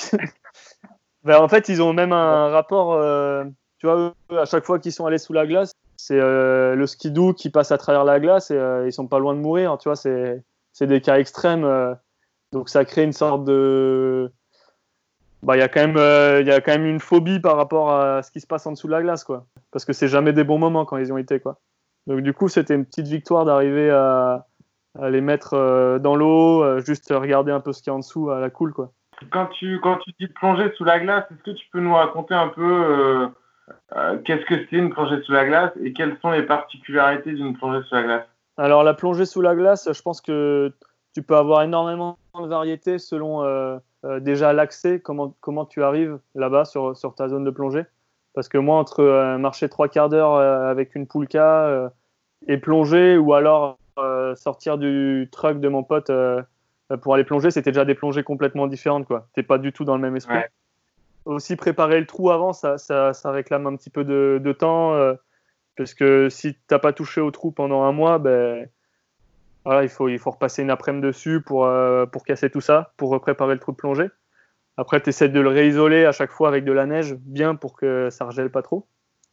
En fait, ils ont même un rapport. Tu vois, eux, à chaque fois qu'ils sont allés sous la glace, c'est le skidoo qui passe à travers la glace et ils sont pas loin de mourir. Tu vois, c'est des cas extrêmes. Donc ça crée une sorte de. Il y a quand même une phobie par rapport à ce qui se passe en dessous de la glace, quoi. Parce que c'est jamais des bons moments quand ils y ont été, quoi. Donc du coup, c'était une petite victoire d'arriver à les mettre dans l'eau, juste regarder un peu ce qu'il y a en dessous à la cool, quoi. Quand tu dis plonger sous la glace, est-ce que tu peux nous raconter un peu qu'est-ce que c'est une plongée sous la glace et quelles sont les particularités d'une plongée sous la glace? Alors la plongée sous la glace, je pense que tu peux avoir énormément de variétés selon déjà l'accès, comment tu arrives là-bas sur ta zone de plongée. Parce que moi, entre marcher 3/4 d'heure avec une poulka et plonger, ou alors sortir du truck de mon pote pour aller plonger, c'était déjà des plongées complètement différentes, quoi. T'es pas du tout dans le même esprit. Ouais. Aussi, préparer le trou avant, ça réclame un petit peu de temps, parce que si t'as pas touché au trou pendant 1 mois, voilà, il faut repasser une après-midi dessus pour casser tout ça, pour préparer le trou de plongée. Après, tu essaies de le réisoler à chaque fois avec de la neige, bien pour que ça regèle pas trop.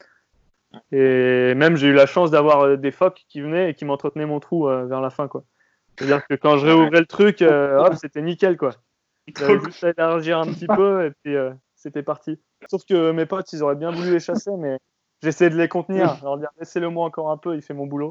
Et même, j'ai eu la chance d'avoir des phoques qui venaient et qui m'entretenaient mon trou vers la fin, quoi. C'est-à-dire que quand je réouvrais le truc, c'était nickel, quoi. J'avais juste à élargir un petit peu et puis c'était parti. Sauf que mes potes, ils auraient bien voulu les chasser, mais j'essayais de les contenir. Leur dire, laissez-le-moi encore un peu, il fait mon boulot.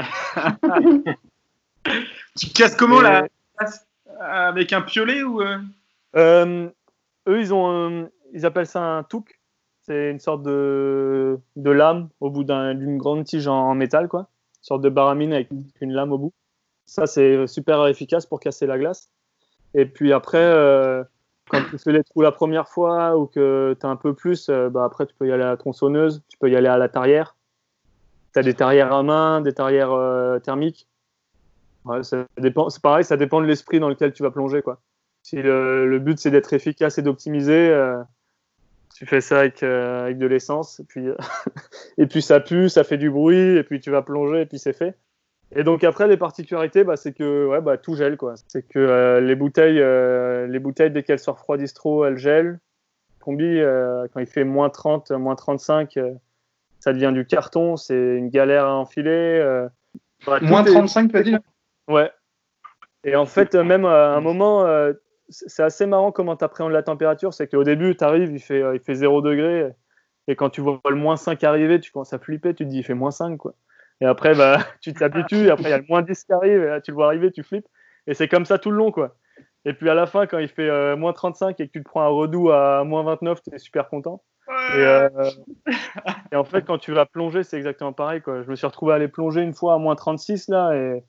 Tu casses comment la glace? Avec un piolet ou eux, ils appellent ça un touk. C'est une sorte de lame au bout d'une grande tige en métal, quoi. Une sorte de baramine avec une lame au bout. Ça, c'est super efficace pour casser la glace. Et puis après, quand tu fais les trous la première fois ou que tu as un peu plus, après, tu peux y aller à la tronçonneuse, tu peux y aller à la tarière. Tu as des tarières à main, des tarières thermiques. Ouais, ça dépend. C'est pareil, ça dépend de l'esprit dans lequel tu vas plonger, quoi. Si le but c'est d'être efficace et d'optimiser, tu fais ça avec de l'essence, et puis ça pue, ça fait du bruit, et puis tu vas plonger, et puis c'est fait. Et donc après, les particularités, c'est que tout gèle, quoi. C'est que les bouteilles, dès qu'elles se refroidissent trop, elles gèlent. Combi, quand il fait moins 30, moins 35, ça devient du carton, c'est une galère à enfiler. Moins 35, tu as dit? Ouais. Et en fait, même à un moment, c'est assez marrant comment tu appréhendes la température. C'est qu'au début, tu arrives, il fait 0 degré. Et quand tu vois le moins 5 arriver, tu commences à flipper. Tu te dis, il fait moins 5, quoi. Et après, tu t'habitues. Et après, il y a le moins 10 qui arrive. Et là, tu le vois arriver, tu flippes. Et c'est comme ça tout le long, quoi. Et puis à la fin, quand il fait moins 35 et que tu te prends un redout à moins 29, tu es super content. Et en fait, quand tu vas plonger, c'est exactement pareil, quoi. Je me suis retrouvé à aller plonger une fois à moins 36, là. Et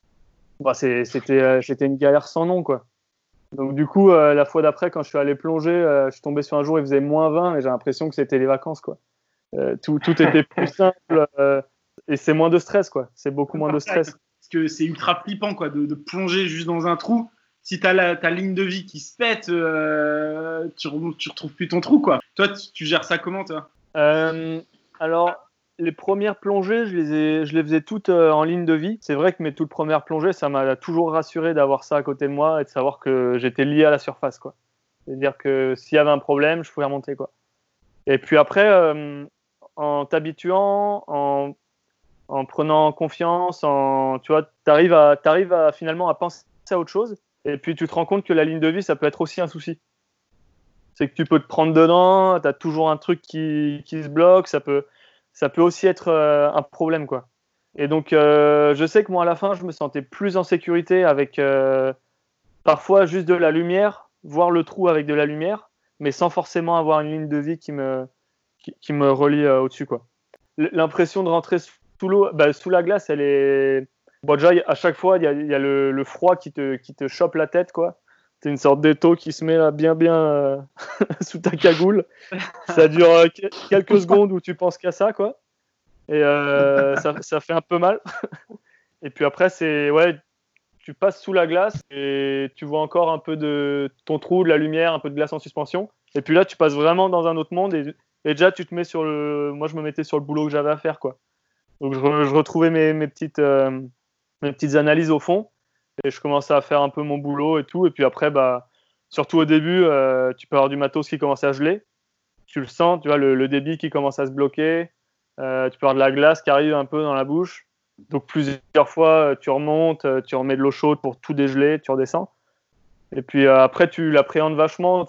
c'était une galère sans nom, quoi. Donc du coup, la fois d'après, quand je suis allé plonger, je suis tombé sur un jour, il faisait moins 20 et j'ai l'impression que c'était les vacances, quoi. Tout était plus simple et c'est moins de stress, quoi. C'est beaucoup moins de stress. Parce que c'est ultra flippant, quoi, de plonger juste dans un trou. Si t'as ta ligne de vie qui se pète, tu retrouves plus ton trou, quoi. Toi, tu gères ça comment, toi? Alors, les premières plongées, je les faisais toutes en ligne de vie. C'est vrai que mes toutes premières plongées, ça m'a toujours rassuré d'avoir ça à côté de moi et de savoir que j'étais lié à la surface, quoi. C'est-à-dire que s'il y avait un problème, je pouvais remonter, quoi. Et puis après, en t'habituant, en prenant confiance, tu vois, t'arrives à finalement à penser à autre chose. Et puis tu te rends compte que la ligne de vie, ça peut être aussi un souci. C'est que tu peux te prendre dedans, tu as toujours un truc qui se bloque, ça peut aussi être un problème, quoi. Et donc, je sais que moi, à la fin, je me sentais plus en sécurité avec parfois juste de la lumière, voir le trou avec de la lumière, mais sans forcément avoir une ligne de vie qui me relie au-dessus, quoi. L'impression de rentrer sous l'eau, sous la glace, elle est... Bon, déjà, à chaque fois, il y a le froid qui te chope la tête, quoi. C'est une sorte d'étau qui se met là bien sous ta cagoule. Ça dure quelques secondes où tu penses qu'à ça, quoi. Et ça fait un peu mal. Et puis après, tu passes sous la glace et tu vois encore un peu de ton trou, de la lumière, un peu de glace en suspension. Et puis là, tu passes vraiment dans un autre monde et déjà, tu te mets moi, je me mettais sur le boulot que j'avais à faire, quoi. Donc, je retrouvais mes petites analyses au fond. Et je commençais à faire un peu mon boulot et tout. Et puis après, surtout au début, tu peux avoir du matos qui commence à geler. Tu le sens, tu vois, le débit qui commence à se bloquer. Tu peux avoir de la glace qui arrive un peu dans la bouche. Donc plusieurs fois, tu remontes, tu remets de l'eau chaude pour tout dégeler, tu redescends. Et puis après, tu l'appréhendes vachement.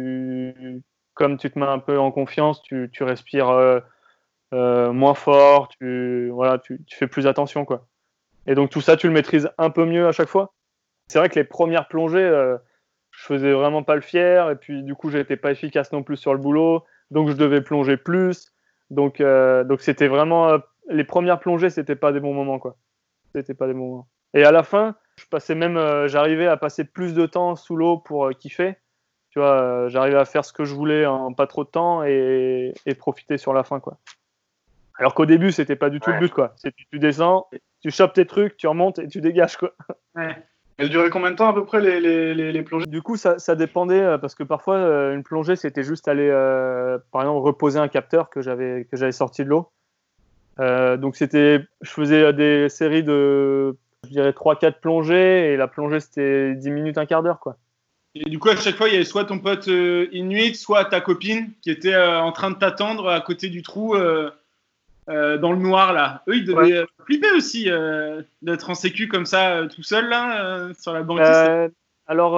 Comme tu te mets un peu en confiance, tu respires moins fort. Tu fais plus attention, quoi. Et donc tout ça, tu le maîtrises un peu mieux à chaque fois. C'est vrai que les premières plongées, je faisais vraiment pas le fier. Et puis du coup, j'étais pas efficace non plus sur le boulot. Donc je devais plonger plus. Donc c'était vraiment... les premières plongées, c'était pas des bons moments, quoi. C'était pas des bons moments. Et à la fin, j'arrivais à passer plus de temps sous l'eau pour kiffer. Tu vois, j'arrivais à faire ce que je voulais en pas trop de temps et profiter sur la fin, quoi. Alors qu'au début, c'était pas du tout le but, quoi. Tu descends, tu chopes tes trucs, tu remontes et tu dégages, quoi. Ouais. Elle durait combien de temps à peu près les plongées? Du coup, ça dépendait parce que parfois, une plongée, c'était juste aller, par exemple, reposer un capteur que j'avais sorti de l'eau. Donc, je faisais des séries de, je dirais, 3-4 plongées et la plongée, c'était 10 minutes, un quart d'heure, quoi. Et du coup, à chaque fois, il y avait soit ton pote Inuit, soit ta copine qui était en train de t'attendre à côté du trou dans le noir, là. Eux, ils devaient flipper aussi d'être en sécu comme ça, tout seul, là, sur la banquise. Alors,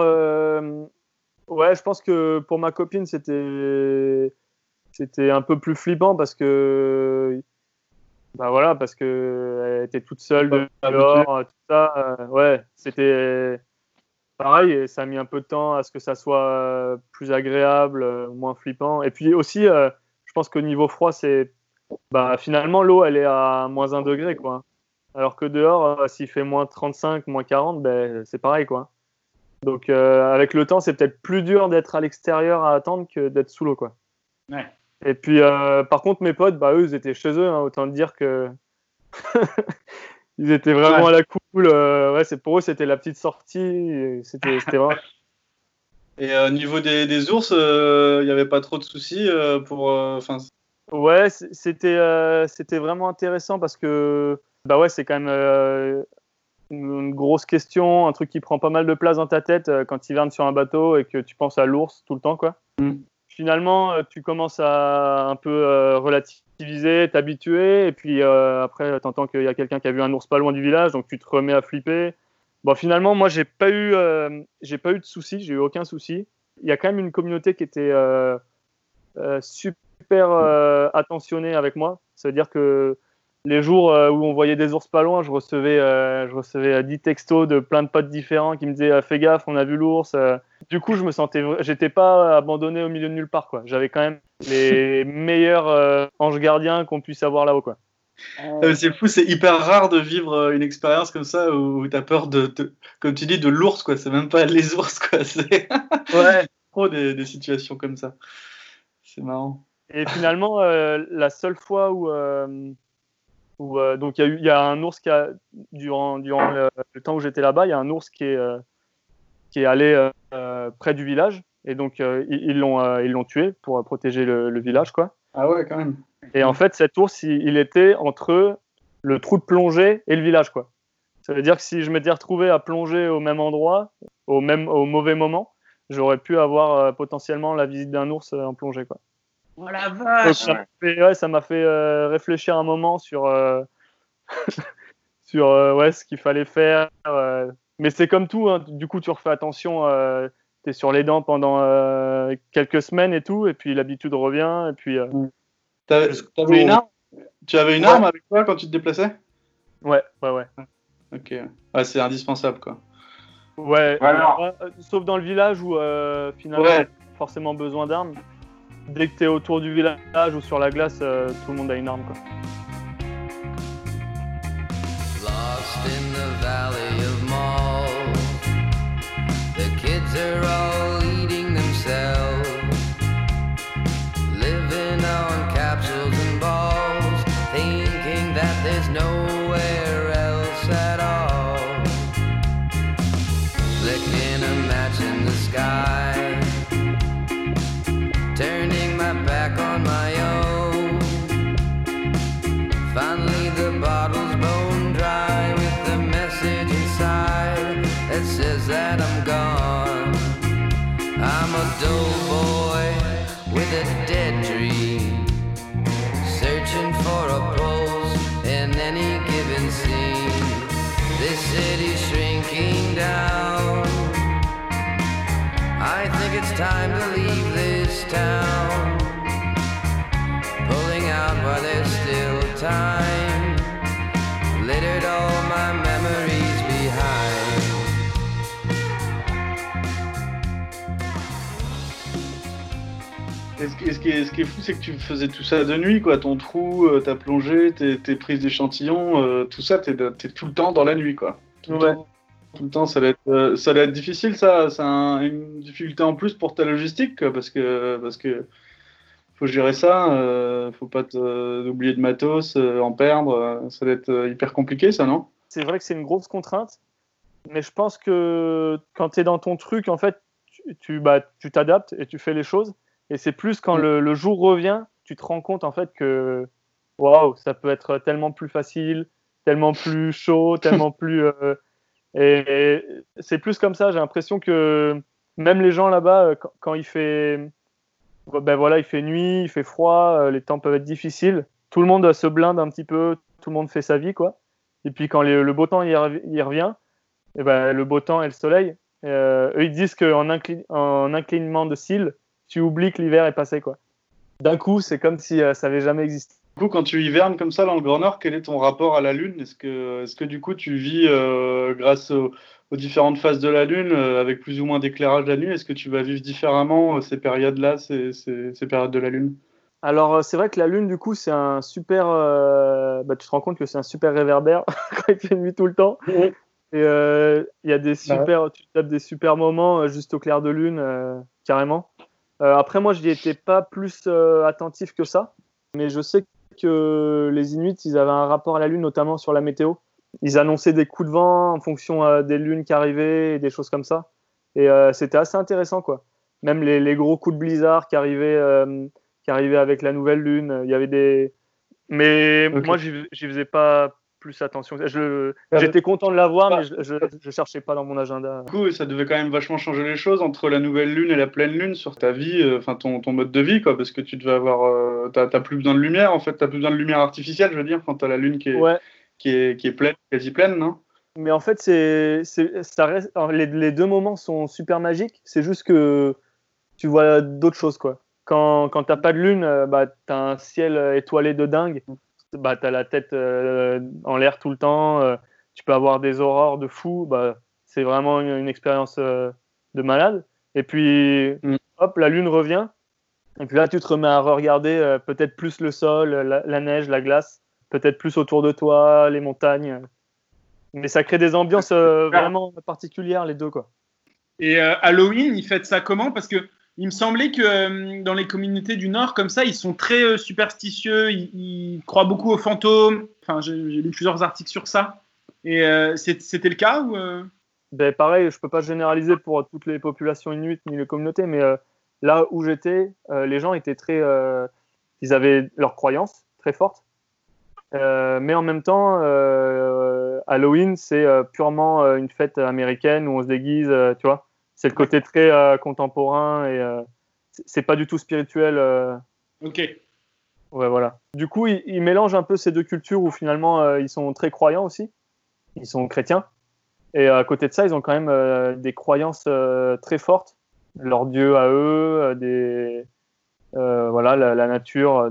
ouais, je pense que pour ma copine, c'était un peu plus flippant parce que... parce qu'elle était toute seule dehors, tout ça. Ouais, c'était... Pareil, et ça a mis un peu de temps à ce que ça soit plus agréable, moins flippant. Et puis aussi, je pense qu'au niveau froid, finalement, l'eau, elle est à moins 1 degré, quoi. Alors que dehors, s'il fait moins 35, moins 40, c'est pareil, quoi. Donc, avec le temps, c'est peut-être plus dur d'être à l'extérieur à attendre que d'être sous l'eau, quoi. Ouais. Et puis, par contre, mes potes, eux, ils étaient chez eux, hein, autant dire que ils étaient vraiment à la cool. cool. Ouais, pour eux, c'était la petite sortie. Et c'était vraiment. Et au niveau des ours, il n'y avait pas trop de soucis Ouais, c'était vraiment intéressant parce que bah ouais, c'est quand même une grosse question, un truc qui prend pas mal de place dans ta tête quand tu hivernes sur un bateau et que tu penses à l'ours tout le temps, quoi. Finalement, tu commences à un peu relativiser, t'habituer, et puis après, t'entends qu'il y a quelqu'un qui a vu un ours pas loin du village, donc tu te remets à flipper. Bon, finalement, moi, j'ai pas eu de soucis, j'ai eu aucun souci. Il y a quand même une communauté qui était super attentionnée avec moi. Ça veut dire que les jours où on voyait des ours pas loin, je recevais 10 textos de plein de potes différents qui me disaient fais gaffe, on a vu l'ours. Du coup, j'étais pas abandonné au milieu de nulle part, quoi. J'avais quand même les meilleurs anges gardiens qu'on puisse avoir là-haut, quoi. C'est fou, c'est hyper rare de vivre une expérience comme ça où t'as peur comme tu dis, de l'ours, quoi. C'est même pas les ours, quoi. C'est Ouais. trop des situations comme ça. C'est marrant. Et finalement, la seule fois où donc il y a un ours qui a durant le temps où j'étais là-bas, il y a un ours qui est allé près du village et donc ils l'ont tué pour protéger le village, quoi. Ah ouais, quand même. Et en fait, cet ours, il était entre le trou de plongée et le village, quoi. Ça veut dire que si je m'étais retrouvé à plonger au même endroit, au mauvais moment, j'aurais pu avoir potentiellement la visite d'un ours en plongée, quoi. Oh la vache! Donc, ça m'a fait réfléchir un moment sur ce qu'il fallait faire. Mais c'est comme tout, hein. Du coup, tu refais attention. T'es sur les dents pendant quelques semaines et tout, et puis l'habitude revient. Et puis. T'avais une arme? Tu avais une arme avec toi quand tu te déplaçais? Ouais. Ok. Ouais, c'est indispensable, quoi. Ouais. Sauf dans le village où finalement, t'as forcément besoin d'armes. Dès que t'es autour du village ou sur la glace, tout le monde a une arme, quoi. Lost in the valley of Mall, the kids are all eating themselves, living on capsules and balls, thinking that there's nowhere else at all. Flicking a match in the sky, turning my back on my own. Finally the bottle's bone dry with the message inside that says that I'm gone. I'm a doughboy with a dead dream, searching for a pulse in any given scene. This city's shrinking down. I think it's time to leave this town, pulling out while there's still time, littered all my memories behind. Et ce qui est fou, c'est que tu faisais tout ça de nuit, quoi. Ton trou, ta plongée, tes prises d'échantillons, tout ça, t'es tout le temps dans la nuit, quoi. Tout le temps, ça va être difficile, ça. C'est une difficulté en plus pour ta logistique, quoi, parce que faut gérer ça, faut pas oublier de matos, en perdre. Ça va être hyper compliqué, ça, non? C'est vrai que c'est une grosse contrainte, mais je pense que quand t'es dans ton truc, en fait, tu t'adaptes et tu fais les choses. Et c'est plus quand le jour revient, tu te rends compte en fait que waouh, ça peut être tellement plus facile, tellement plus chaud, tellement plus. Et c'est plus comme ça. J'ai l'impression que même les gens là-bas, quand il fait, il fait nuit, il fait froid, les temps peuvent être difficiles. Tout le monde se blinde un petit peu, tout le monde fait sa vie, quoi. Et puis quand le beau temps il revient, et le beau temps et le soleil, eux ils disent qu'en inclinement de cils, tu oublies que l'hiver est passé, quoi. D'un coup, c'est comme si ça n'avait jamais existé. Du coup, quand tu hivernes comme ça dans le Grand Nord, quel est ton rapport à la Lune? Est-ce que du coup tu vis grâce aux différentes phases de la Lune, avec plus ou moins d'éclairage la nuit? Est-ce que tu vas vivre différemment ces périodes-là, ces périodes de la Lune? Alors, c'est vrai que la Lune, du coup, c'est un super... tu te rends compte que c'est un super réverbère quand il fait nuit tout le temps. Et il y a des super... Tu tapes des super moments juste au clair de lune, carrément. Après, moi, je n'y étais pas plus attentif que ça. Mais je sais que les Inuits, ils avaient un rapport à la Lune, notamment sur la météo. ils annonçaient des coups de vent en fonction des lunes qui arrivaient et des choses comme ça. Et c'était assez intéressant, quoi. Même les gros coups de blizzard qui arrivaient avec la nouvelle lune. Il y avait des... Mais moi, j'y faisais pas plus attention. J'étais content de la voir, mais je cherchais pas dans mon agenda. Du coup, ça devait quand même vachement changer les choses entre la nouvelle lune et la pleine lune sur ta vie, ton mode de vie, quoi, parce que tu devais avoir... t'as plus besoin de lumière, en fait. T'as plus besoin de lumière artificielle, je veux dire, quand t'as la lune qui est pleine, quasi pleine, non? Mais en fait, ça reste, les deux moments sont super magiques. C'est juste que tu vois d'autres choses, quoi. Quand t'as pas de lune, t'as un ciel étoilé de dingue. T'as la tête en l'air tout le temps. Tu peux avoir des aurores de fou. C'est vraiment une expérience de malade. Et puis, hop, la lune revient. Et puis là, tu te remets à regarder peut-être plus le sol, la neige, la glace, peut-être plus autour de toi, les montagnes. Mais ça crée des ambiances vraiment particulières, les deux, quoi. Et Halloween, ils fêtent ça comment? Parce que il me semblait que dans les communautés du Nord, comme ça, ils sont très superstitieux, ils croient beaucoup aux fantômes. Enfin, j'ai lu plusieurs articles sur ça. Et c'était le cas ou pareil, je peux pas généraliser pour toutes les populations inuites ni les communautés, mais là où j'étais, les gens étaient ils avaient leurs croyances très fortes. Mais en même temps, Halloween, c'est purement une fête américaine où on se déguise, tu vois. C'est le côté très contemporain et c'est pas du tout spirituel. Ok. Ouais, voilà. Du coup, ils mélangent un peu ces deux cultures où finalement ils sont très croyants aussi. Ils sont chrétiens. Et à côté de ça, ils ont quand même des croyances très fortes. Leur dieu à eux, voilà, la nature,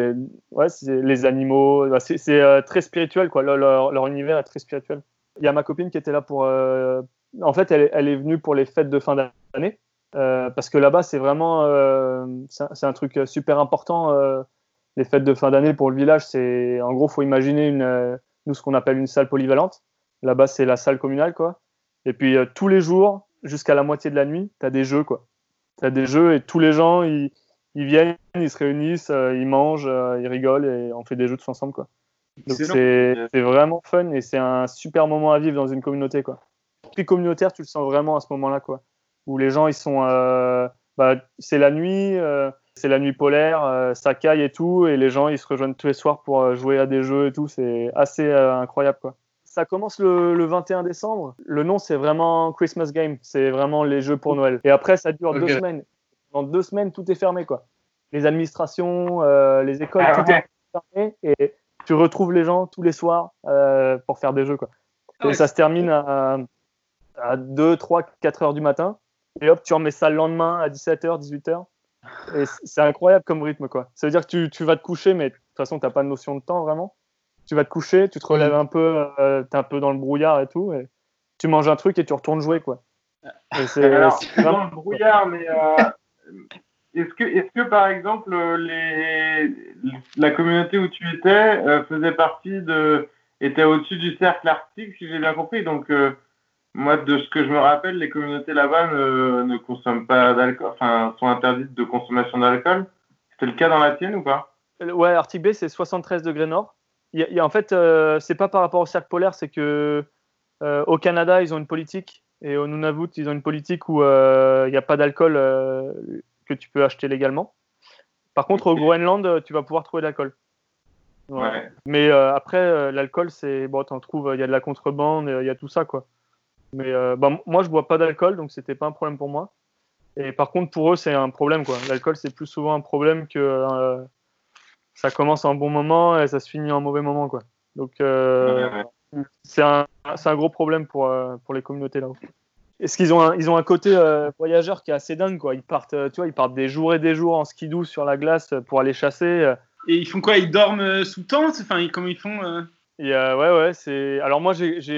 les animaux. C'est très spirituel, quoi. Leur univers est très spirituel. Il y a ma copine qui était là pour... En fait, elle est venue pour les fêtes de fin d'année. Parce que là-bas, c'est vraiment... c'est un truc super important. Les fêtes de fin d'année pour le village, c'est... En gros, il faut imaginer nous, ce qu'on appelle une salle polyvalente. Là-bas, c'est la salle communale, quoi. Et puis, tous les jours, jusqu'à la moitié de la nuit, tu as des jeux, quoi. Tu as des jeux et tous les gens, ils viennent, ils se réunissent, ils mangent, ils rigolent et on fait des jeux tous ensemble, quoi. Donc c'est vraiment fun et c'est un super moment à vivre dans une communauté, quoi. L'esprit communautaire, tu le sens vraiment à ce moment-là, quoi. Où les gens, ils sont... c'est la nuit polaire, ça caille et tout, et les gens, ils se rejoignent tous les soirs pour jouer à des jeux et tout. C'est assez incroyable, quoi. Ça commence le 21 décembre. Le nom, c'est vraiment Christmas Game. C'est vraiment les jeux pour Noël. Et après, ça dure 2 semaines. Dans 2 semaines, tout est fermé, quoi. Les administrations, les écoles, tout est fermé. Et tu retrouves les gens tous les soirs pour faire des jeux, quoi. Et ça se termine à 2, 3, 4 heures du matin. Et hop, tu remets ça le lendemain à 17h, 18h. Et c'est incroyable comme rythme, quoi. Ça veut dire que tu vas te coucher, mais de toute façon, tu n'as pas de notion de temps, vraiment. Tu vas te coucher, tu te relèves un peu, t'es un peu dans le brouillard et tout, et tu manges un truc et tu retournes jouer, quoi. Et c'est dans le brouillard, mais est-ce que par exemple la communauté où tu étais faisait partie était au-dessus du cercle arctique, si j'ai bien compris. Donc moi, de ce que je me rappelle, les communautés là-bas ne consomment pas d'alcool, enfin sont interdites de consommation d'alcool. C'était le cas dans la tienne ou pas? Ouais, Arctic Bay, c'est 73 degrés nord. En fait, c'est pas par rapport au cercle polaire, c'est que au Canada, ils ont une politique, et au Nunavut, ils ont une politique où il n'y a pas d'alcool que tu peux acheter légalement. Par contre, au Groenland, tu vas pouvoir trouver de l'alcool. Ouais. Mais après, l'alcool, c'est bon, t'en trouves, il y a de la contrebande, il y a tout ça, quoi. Mais moi, je bois pas d'alcool, donc c'était pas un problème pour moi. Et par contre, pour eux, c'est un problème, quoi. L'alcool, c'est plus souvent un problème que ça commence à un bon moment et ça se finit à un mauvais moment, quoi. Donc c'est un gros problème pour les communautés là-haut. Est-ce qu'ils ont un côté voyageur qui est assez dingue, quoi. Ils partent des jours et des jours en ski doux sur la glace pour aller chasser. Et ils font quoi? Ils dorment sous tente? Enfin, comment ils font ouais, c'est. Alors moi,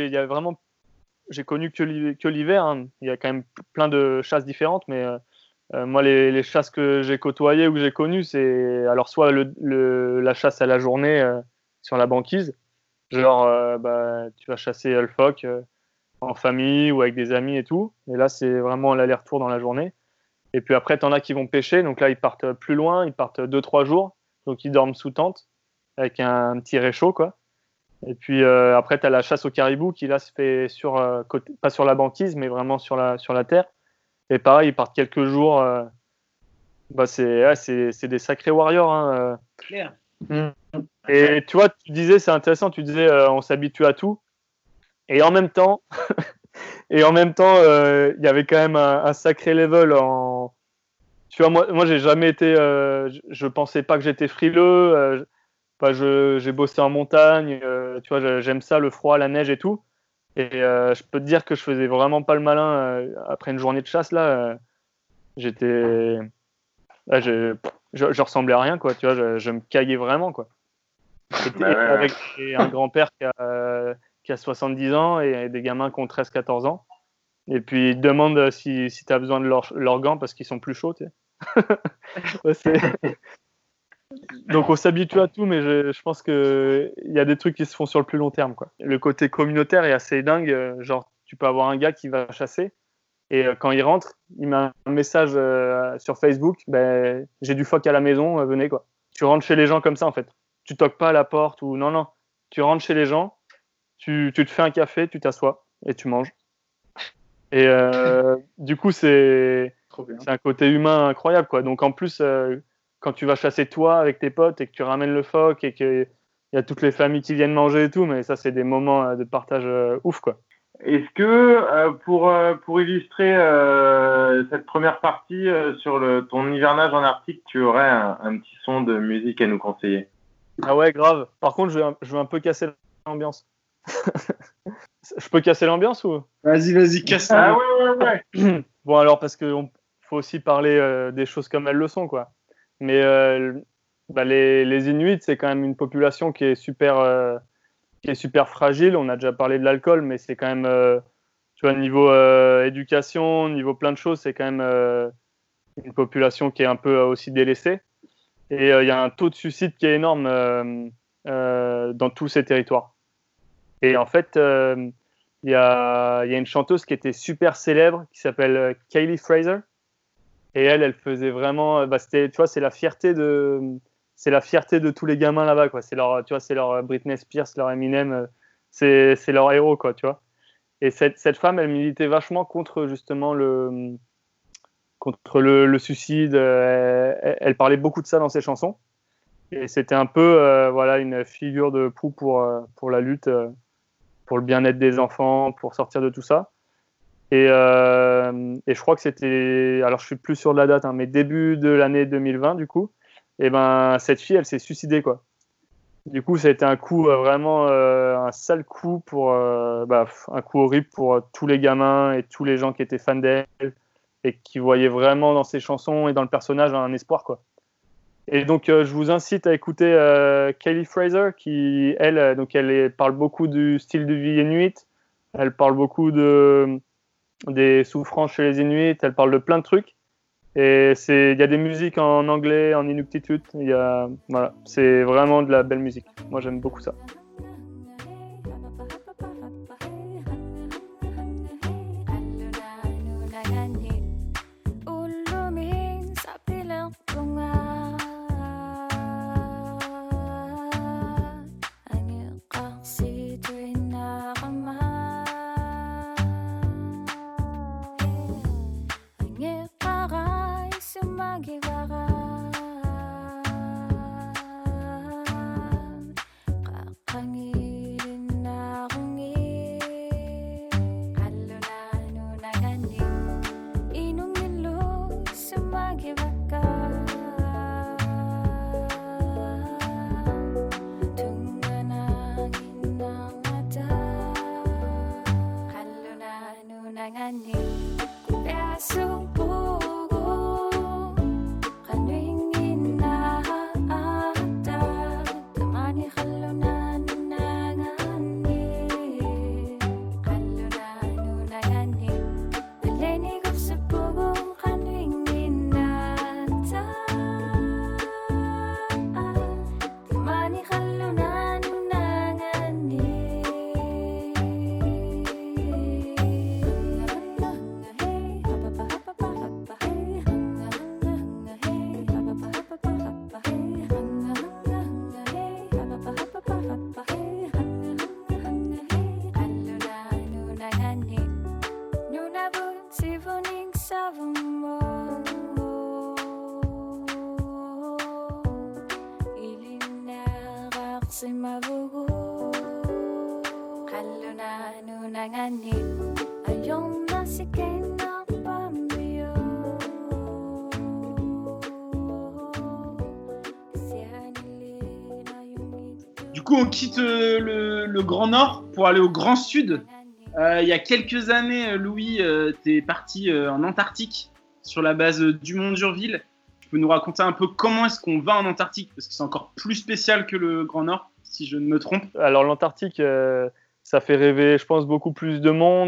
j'ai connu que l'hiver. Hein. Il y a quand même plein de chasses différentes, mais moi, les chasses que j'ai côtoyées ou que j'ai connues, c'est alors soit la chasse à la journée sur la banquise, genre tu vas chasser le phoque en famille ou avec des amis et tout, et là c'est vraiment l'aller-retour dans la journée. Et puis après, t'en as qui vont pêcher, donc là ils partent plus loin, ils partent 2-3 jours, donc ils dorment sous tente avec un petit réchaud, quoi. Et puis après, tu as la chasse au caribou qui là se fait pas sur la banquise, mais vraiment sur la terre. Et pareil, ils partent quelques jours. C'est des sacrés warriors. Hein. Claire. Et tu vois, tu disais, c'est intéressant, tu disais on s'habitue à tout. Et en même temps, il y avait quand même un sacré level en. Tu vois, moi j'ai jamais été. Je pensais pas que j'étais frileux. J'ai bossé en montagne. Tu vois, j'aime ça, le froid, la neige et tout. Et je peux te dire que je faisais vraiment pas le malin après une journée de chasse là. J'étais. Je ressemblais à rien, quoi. Tu vois, je me caillais vraiment, quoi. Avec un grand-père qui a 70 ans et des gamins qui ont 13-14 ans. Et puis ils te demandent si tu as besoin de leurs gants parce qu'ils sont plus chauds. Tu sais. Donc on s'habitue à tout, mais je pense qu'il y a des trucs qui se font sur le plus long terme, quoi. Le côté communautaire est assez dingue. Genre, tu peux avoir un gars qui va chasser et quand il rentre, il met un message sur Facebook, j'ai du phoque à la maison, venez, quoi. Tu rentres chez les gens comme ça, en fait. Tu toques pas à la porte ou non. Tu rentres chez les gens, tu te fais un café, tu t'assois et tu manges. Et du coup, c'est un côté humain incroyable, quoi. Donc en plus, quand tu vas chasser toi avec tes potes et que tu ramènes le phoque et qu'il y a toutes les familles qui viennent manger et tout, mais ça, c'est des moments de partage ouf, quoi. Est-ce que pour illustrer cette première partie sur ton hivernage en Arctique, tu aurais un petit son de musique à nous conseiller? Ah ouais, grave. Par contre, je veux un peu casser l'ambiance. Je peux casser l'ambiance ou? Vas-y, casse. Ah ouais. Bon, alors, parce qu'il faut aussi parler des choses comme elles le sont, quoi. Mais les Inuits, c'est quand même une population qui est super fragile. On a déjà parlé de l'alcool, mais c'est quand même, tu vois, niveau éducation, niveau plein de choses, c'est quand même une population qui est un peu aussi délaissée. Et il y a un taux de suicide qui est énorme dans tous ces territoires. Et en fait, il y a une chanteuse qui était super célèbre, qui s'appelle Kaylee Fraser. Et elle faisait vraiment, tu vois, c'est la fierté de tous les gamins là-bas, quoi. C'est leur Britney Spears, leur Eminem, c'est leur héros, quoi, tu vois. Et cette femme, elle militait vachement contre justement le suicide. Elle parlait beaucoup de ça dans ses chansons. Et c'était un peu, une figure de proue pour la lutte, pour le bien-être des enfants, pour sortir de tout ça. Et je crois que c'était, alors je suis plus sûr de la date, mais début de l'année 2020 du coup, et cette fille elle s'est suicidée, quoi. Du coup ça a été un coup vraiment un sale coup un coup horrible pour tous les gamins et tous les gens qui étaient fans d'elle et qui voyaient vraiment dans ses chansons et dans le personnage un espoir, quoi. Et donc je vous incite à écouter Kaylee Fraser qui elle parle beaucoup du style de vie inuit, elle parle beaucoup des souffrances chez les Inuits, elle parle de plein de trucs. Et il y a des musiques en anglais, en inuktitut. C'est vraiment de la belle musique. Moi, j'aime beaucoup ça. Du coup, on quitte le Grand Nord pour aller au Grand Sud. Il y a quelques années, Louis, t'es parti en Antarctique sur la base Dumont-d'Urville. Tu peux nous raconter un peu comment est-ce qu'on va en Antarctique? Parce que c'est encore plus spécial que le Grand Nord, si je ne me trompe. Alors l'Antarctique, ça fait rêver, je pense, beaucoup plus de monde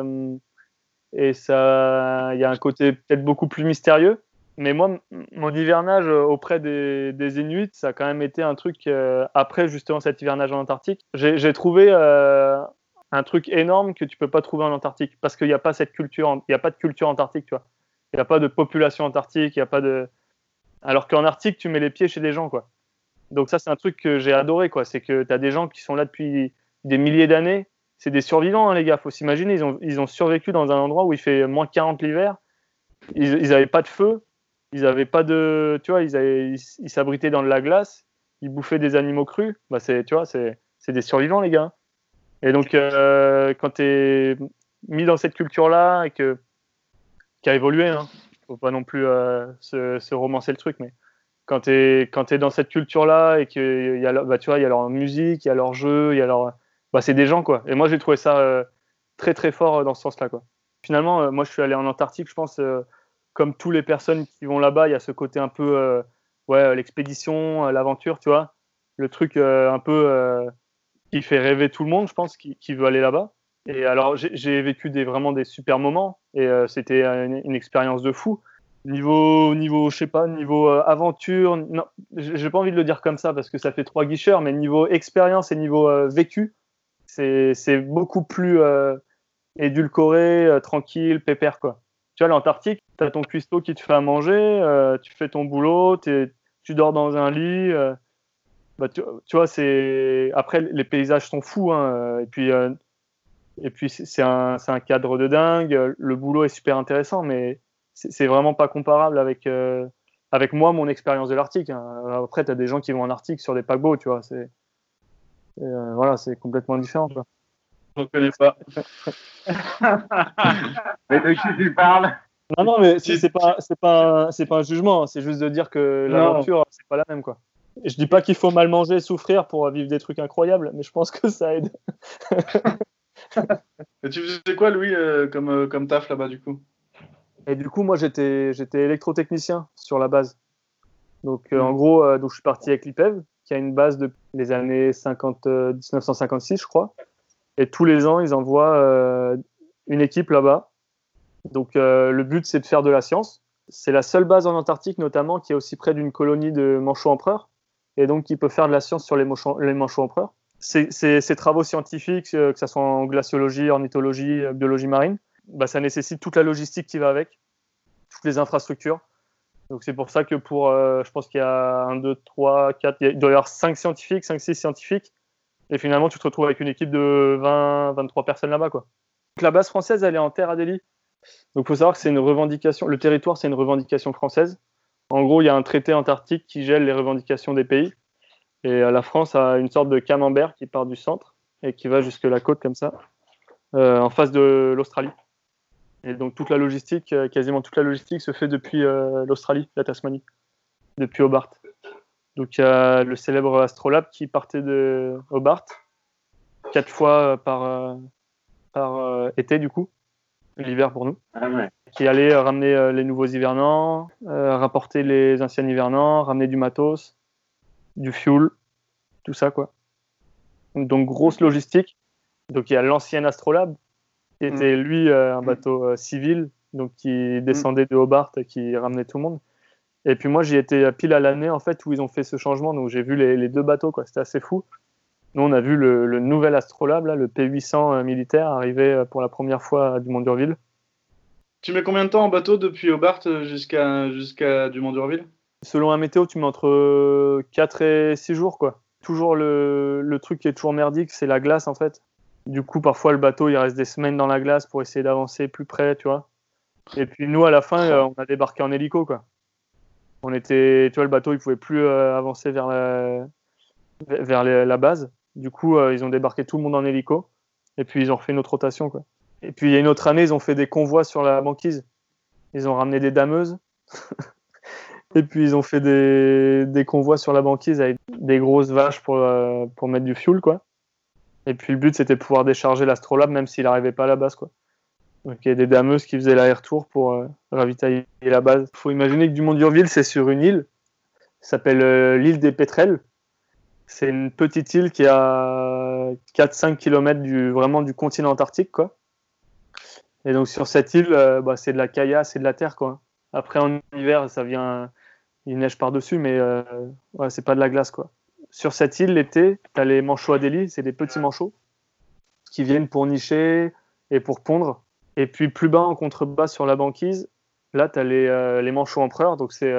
et ça, il y a un côté peut-être beaucoup plus mystérieux. Mais moi, mon hivernage auprès des Inuits, ça a quand même été un truc, après justement cet hivernage en Antarctique, j'ai trouvé un truc énorme que tu peux pas trouver en Antarctique, parce qu'il n'y a pas cette culture, il n'y a pas de culture antarctique, tu vois. Il n'y a pas de population antarctique, il n'y a pas de... Alors qu'en Arctique, tu mets les pieds chez des gens, quoi. Donc ça, c'est un truc que j'ai adoré, quoi. C'est que tu as des gens qui sont là depuis des milliers d'années. C'est des survivants, hein, les gars. Faut s'imaginer, ils ont survécu dans un endroit où il fait moins 40 l'hiver. Ils n'avaient pas de feu. Ils n'avaient pas de... Tu vois, ils s'abritaient dans de la glace. Ils bouffaient des animaux crus. Bah, tu vois, c'est des survivants, les gars. Et donc, quand tu es mis dans cette culture-là et qui a évolué, hein, faut pas non plus se romancer le truc, mais quand t'es dans cette culture-là et qu'il y a, tu vois, il y a leur musique, il y a leur jeu, il y a leur, c'est des gens, quoi. Et moi, j'ai trouvé ça très très fort dans ce sens-là, quoi. Finalement, moi, je suis allé en Antarctique, je pense, comme toutes les personnes qui vont là-bas, il y a ce côté un peu, l'expédition, l'aventure, tu vois, le truc un peu qui fait rêver tout le monde, je pense, qui veut aller là-bas. Et alors, j'ai vécu vraiment des super moments et c'était une expérience de fou. Niveau, je sais pas, niveau aventure, non, j'ai pas envie de le dire comme ça parce que ça fait 3 guicheurs, mais niveau expérience et niveau vécu, c'est beaucoup plus édulcoré, tranquille, pépère, quoi. Tu vois, l'Antarctique, t'as ton cuistot qui te fait à manger, tu fais ton boulot, tu dors dans un lit. Tu vois, après les paysages sont fous, hein, et puis c'est un cadre de dingue. Le boulot est super intéressant, mais c'est vraiment pas comparable avec moi, mon expérience de l'Arctique, hein. Après, t'as des gens qui vont en Arctique sur des paquebots, tu vois. Voilà, c'est complètement différent, quoi. Je ne connais pas. Mais de qui tu parles? Non, mais c'est pas un jugement, hein. C'est juste de dire que l'aventure, c'est pas la même, quoi. Et je dis pas qu'il faut mal manger, souffrir pour vivre des trucs incroyables, mais je pense que ça aide. Et tu faisais quoi, Louis, comme taf là-bas, du coup? Et du coup, moi, j'étais électrotechnicien sur la base. Donc, en gros, donc je suis parti avec l'IPEV, qui a une base depuis les années 1956, je crois. Et tous les ans, ils envoient une équipe là-bas. Donc, le but, c'est de faire de la science. C'est la seule base en Antarctique, notamment, qui est aussi près d'une colonie de manchots empereurs. Et donc, qui peut faire de la science sur les manchots empereurs. Ces travaux scientifiques, que ce soit en glaciologie, ornithologie, biologie marine, ça nécessite toute la logistique qui va avec, toutes les infrastructures. Donc c'est pour ça que je pense qu'il y a 1, 2, 3, 4, il doit y avoir 5 scientifiques, 5-6 scientifiques, et finalement tu te retrouves avec une équipe de 20, 23 personnes là-bas, quoi. Donc, la base française, elle est en terre Adélie. Donc il faut savoir que c'est une revendication, le territoire c'est une revendication française. En gros, il y a un traité antarctique qui gèle les revendications des pays. Et la France a une sorte de camembert qui part du centre et qui va jusque la côte comme ça, en face de l'Australie. Et donc toute la logistique, quasiment toute la logistique se fait depuis l'Australie, la Tasmanie, depuis Hobart. Donc il y a le célèbre Astrolabe qui partait de Hobart 4 fois par été du coup, l'hiver pour nous, qui allait ramener les nouveaux hivernants, rapporter les anciens hivernants, ramener du matos, du fuel, tout ça, quoi. Donc grosse logistique. Donc il y a l'ancien Astrolabe qui était lui un bateau civil, donc qui descendait de Hobart et qui ramenait tout le monde. Et puis moi j'y étais pile à l'année en fait où ils ont fait ce changement, donc j'ai vu les 2 bateaux, quoi. C'était assez fou. Nous on a vu le nouvel Astrolabe là, le P800 militaire arriver pour la première fois à Dumont-d'Urville. Tu mets combien de temps en bateau depuis Hobart jusqu'à Dumont-d'Urville? Selon un météo, tu mets entre 4 et 6 jours, quoi. Toujours le truc qui est toujours merdique, c'est la glace, en fait. Du coup, parfois, le bateau, il reste des semaines dans la glace pour essayer d'avancer plus près, tu vois. Et puis, nous, à la fin, on a débarqué en hélico, quoi. Tu vois, le bateau, il pouvait plus avancer vers vers la base. Du coup, ils ont débarqué tout le monde en hélico. Et puis, ils ont refait une autre rotation, quoi. Et puis, il y a une autre année, ils ont fait des convois sur la banquise. Ils ont ramené des dameuses. Et puis, ils ont fait des convois sur la banquise avec des grosses vaches pour mettre du fuel, quoi. Et puis, le but, c'était de pouvoir décharger l'astrolabe, même s'il n'arrivait pas à la base, quoi. Donc, il y a des dameuses qui faisaient l'aller-retour pour ravitailler la base. Il faut imaginer que Dumont d'Urville, c'est sur une île. Ça s'appelle l'île des Pétrels. C'est une petite île qui a 4-5 km vraiment du continent antarctique, quoi. Et donc, sur cette île, c'est de la caillasse, c'est de la terre, quoi. Après, en hiver, il neige par-dessus, mais c'est pas de la glace, quoi. Sur cette île, l'été, tu as les manchots Adélie, c'est des petits manchots qui viennent pour nicher et pour pondre. Et puis, plus bas, en contrebas, sur la banquise, là, tu as les manchots empereurs. Donc, c'est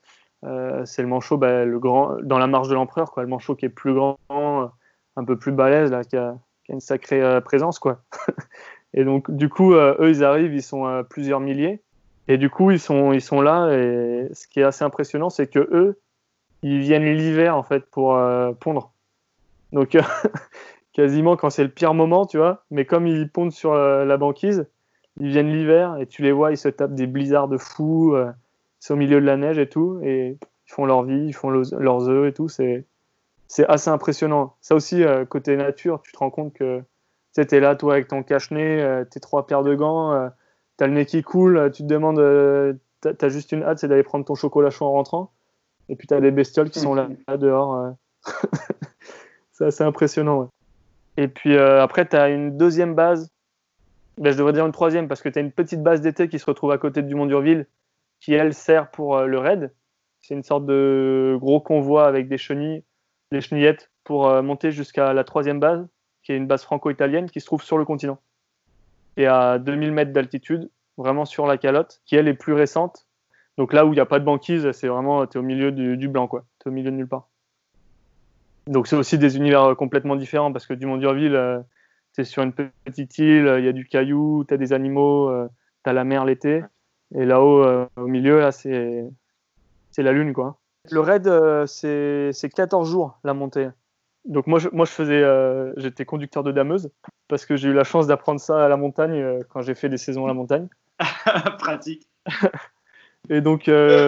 le manchot, le grand, dans la marche de l'empereur, quoi. Le manchot qui est plus grand, un peu plus balèze, là, qui a une sacrée présence, quoi. Et donc, du coup, eux, ils arrivent, ils sont plusieurs milliers. Et du coup, ils sont là. Et ce qui est assez impressionnant, c'est que eux, ils viennent l'hiver, en fait, pour pondre. Donc, quasiment quand c'est le pire moment, tu vois. Mais comme ils pondent sur la banquise, ils viennent l'hiver et tu les vois, ils se tapent des blizzards de fous. C'est au milieu de la neige et tout. Et ils font leur vie, ils font leurs œufs et tout. C'est assez impressionnant. Ça aussi, côté nature, tu te rends compte que tu es là, toi, avec ton cache-nez, tes 3 paires de gants, tu as le nez qui coule, tu te demandes, tu as juste une hâte, c'est d'aller prendre ton chocolat chaud en rentrant. Et puis tu as des bestioles qui sont là dehors. C'est assez impressionnant. Ouais. Et puis après, tu as une deuxième base. Je devrais dire une troisième, parce que tu as une petite base d'été qui se retrouve à côté de Dumont d'Urville, qui, elle, sert pour le raid. C'est une sorte de gros convoi avec des chenilles, des chenillettes, pour monter jusqu'à la troisième base, qui est une base franco-italienne qui se trouve sur le continent. Et à 2000 mètres d'altitude, vraiment sur la calotte, qui, elle, est plus récente. Donc là où il n'y a pas de banquise, c'est vraiment, tu es au milieu du blanc, quoi. Tu es au milieu de nulle part. Donc c'est aussi des univers complètement différents, parce que Dumont d'Urville, tu es sur une petite île, il y a du caillou, tu as des animaux, tu as la mer l'été. Et là-haut, au milieu, là, c'est la lune, quoi. Le raid, c'est 14 jours, la montée. Donc moi j'étais conducteur de dameuse, parce que j'ai eu la chance d'apprendre ça à la montagne quand j'ai fait des saisons à la montagne. Pratique. Et donc,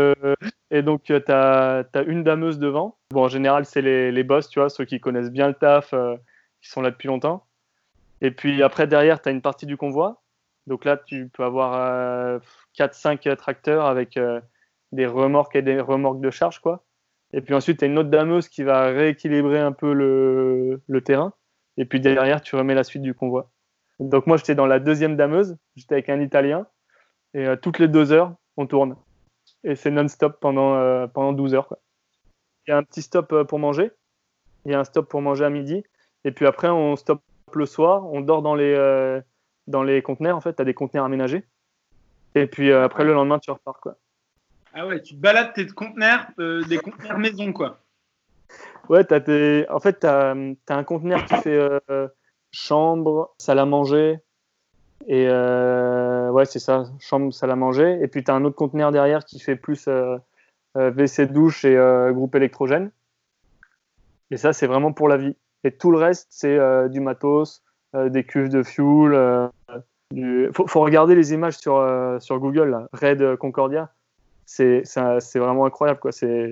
t'as une dameuse devant. Bon, en général, c'est les boss, tu vois, ceux qui connaissent bien le taf, qui sont là depuis longtemps. Et puis après, derrière, t'as une partie du convoi. Donc là, tu peux avoir 4-5 tracteurs avec des remorques et des remorques de charge, quoi. Et puis ensuite, t'as une autre dameuse qui va rééquilibrer un peu le terrain. Et puis derrière, tu remets la suite du convoi. Donc moi, j'étais dans la deuxième dameuse. J'étais avec un Italien. Et toutes les 2 heures, on tourne. Et c'est non-stop pendant 12 heures, quoi. Il y a un petit stop pour manger. Il y a un stop pour manger à midi. Et puis après, on stoppe le soir. On dort dans les conteneurs. En fait, tu as des conteneurs aménagés. Et puis après, le lendemain, tu repars, quoi. Ah ouais, tu te balades tes conteneurs, des conteneurs maison, quoi. Ouais, en fait, tu as un conteneur qui fait chambre, salle à manger. Et ouais, c'est ça, chambre, salle à manger. Et puis tu as un autre conteneur derrière qui fait plus WC, douche et groupe électrogène. Et ça, c'est vraiment pour la vie. Et tout le reste, c'est du matos, des cuves de fuel. Faut regarder les images sur Google, là. Raid Concordia. C'est vraiment incroyable, quoi. C'est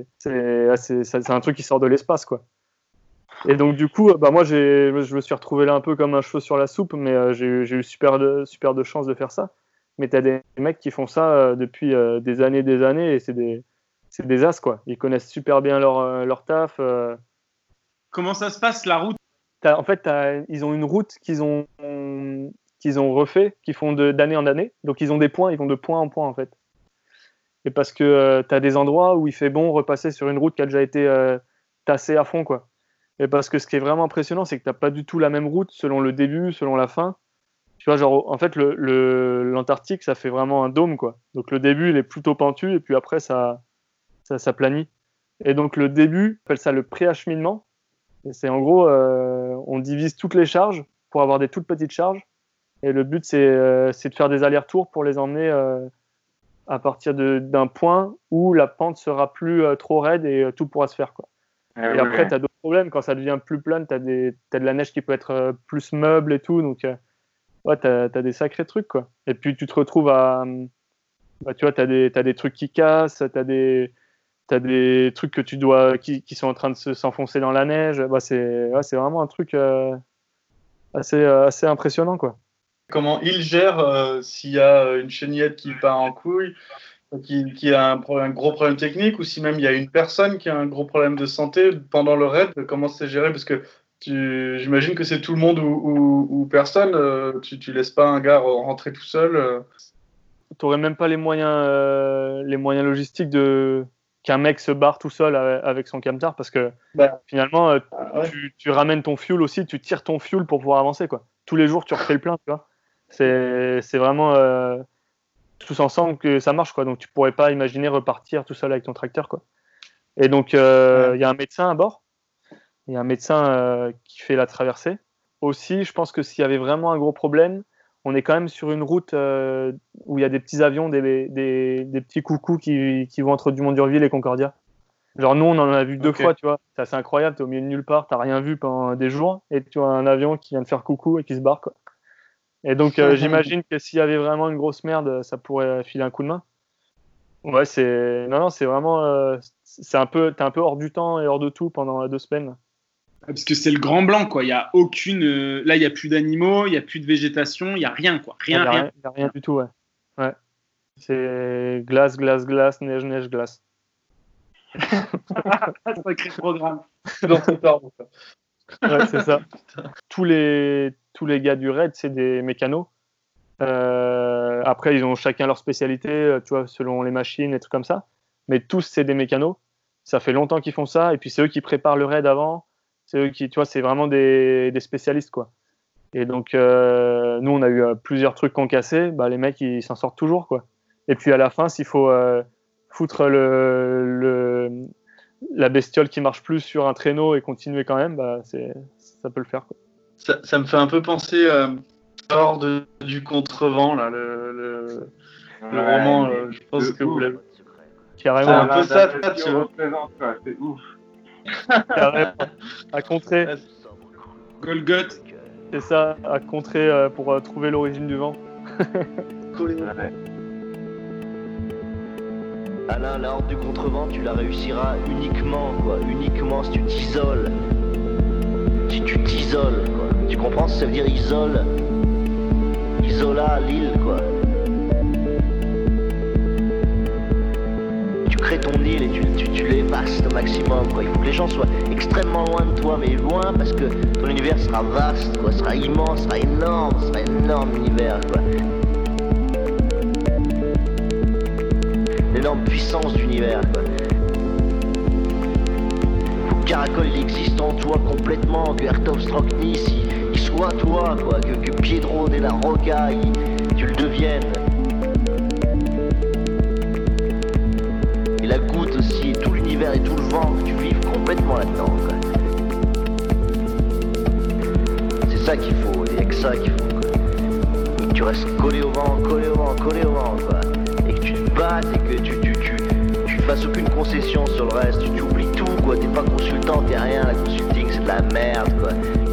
un truc qui sort de l'espace, quoi. Et donc du coup, moi je me suis retrouvé là un peu comme un cheveu sur la soupe, mais j'ai eu super de chance de faire ça. Mais t'as des mecs qui font ça depuis des années, et c'est des as, quoi. Ils connaissent super bien leur taf. Comment ça se passe, la route? En fait, ils ont une route qu'ils ont refait, qu'ils font d'année en année. Donc ils ont des points, ils vont de point en point, en fait. Et parce que t'as des endroits où il fait bon repasser sur une route qui a déjà été tassée à fond, quoi. Et parce que ce qui est vraiment impressionnant, c'est que t'as pas du tout la même route selon le début, selon la fin. Tu vois, genre, en fait, l'Antarctique, ça fait vraiment un dôme, quoi. Donc le début, il est plutôt pentu, et puis après, ça planit. Et donc le début, on appelle ça le pré-acheminement. Et c'est en gros, on divise toutes les charges pour avoir des toutes petites charges. Et le but, c'est de faire des allers-retours pour les emmener à partir d'un point où la pente sera plus trop raide et tout pourra se faire, quoi. Et après, tu as d'autres problème. Quand ça devient plus plane, t'as de la neige qui peut être plus meuble et tout. Donc, ouais, t'as des sacrés trucs, quoi. Et puis, tu te retrouves à. Bah, tu vois, t'as des trucs qui cassent, t'as des trucs que qui sont en train de s'enfoncer dans la neige. Bah, c'est vraiment un truc assez impressionnant, quoi. Comment il gère s'il y a une chenillette qui part en couille, qui a un gros problème technique, ou si même il y a une personne qui a un gros problème de santé pendant le raid, comment c'est géré? Parce que j'imagine que c'est tout le monde ou personne. Tu laisses pas un gars rentrer tout seul. T'aurais même pas les moyens logistiques qu'un mec se barre tout seul avec son camtar, parce que finalement ouais. tu ramènes ton fuel aussi, tu tires ton fuel pour pouvoir avancer, quoi. Tous les jours tu refais le plein, tu vois. C'est vraiment tous ensemble que ça marche, quoi. Donc tu pourrais pas imaginer repartir tout seul avec ton tracteur, quoi. Et donc il y a un médecin à bord, il y a un médecin qui fait la traversée. Aussi, je pense que s'il y avait vraiment un gros problème, on est quand même sur une route où il y a des petits avions, des petits coucous qui vont entre Dumont-d'Urville et Concordia. Genre nous, on en a vu 2 fois, tu vois. C'est assez incroyable, t'es au milieu de nulle part, t'as rien vu pendant des jours, et tu vois un avion qui vient de faire coucou et qui se barre, quoi. Et donc j'imagine que s'il y avait vraiment une grosse merde, ça pourrait filer un coup de main. Ouais, c'est vraiment t'es un peu hors du temps et hors de tout pendant 2 semaines. Parce que c'est le grand blanc, quoi. Il y a aucune. Là, il y a plus d'animaux, il y a plus de végétation, il y a rien, quoi. Il y a rien du tout, ouais. Ouais. C'est glace, neige, glace. Sacré programme. Dans ce temps. Ouais, c'est ça. Tous les gars du raid, c'est des mécanos. Après, ils ont chacun leur spécialité, tu vois, selon les machines et trucs comme ça. Mais tous, c'est des mécanos. Ça fait longtemps qu'ils font ça. Et puis, c'est eux qui préparent le raid avant. C'est eux qui, tu vois, c'est vraiment des spécialistes, quoi. Et donc, nous, on a eu plusieurs trucs concassés. Bah, les mecs, ils s'en sortent toujours, quoi. Et puis, à la fin, s'il faut foutre la bestiole qui marche plus sur un traîneau et continuer quand même, bah, ça peut le faire, quoi. Ça me fait un peu penser hors du contrevent, là, le roman. Je pense que vous l'avez. Carrément. C'est un peu ça, tu vois. C'est ouf. Carrément. À contrer. Golgoth. C'est ça, à contrer pour trouver l'origine du vent. Alain, la horde du contrevent, tu la réussiras uniquement si tu t'isoles. Si tu t'isoles, quoi. Tu comprends ce que ça veut dire isole? Isola, l'île, quoi. Tu crées ton île et tu l'évastes au maximum, quoi. Il faut que les gens soient extrêmement loin de toi, mais loin parce que ton univers sera vaste, quoi. Sera immense, sera énorme univers, quoi. L'énorme puissance d'univers, quoi. Faut que Caracol il existe en toi complètement, que Hertov Stroknis il soit toi, quoi, que Piedro de la Rocca tu le deviennes. Et la goutte aussi, et tout l'univers et tout le vent, que tu vives complètement là-dedans, quoi. C'est ça qu'il faut, il n'y a que ça qu'il faut, quoi. Et que tu restes collé au vent, quoi. Et que tu te battes et que tu fasses aucune concession sur le reste, tu oublies tout, quoi. T'es pas consultant, t'es rien, la consulting c'est de la merde, quoi.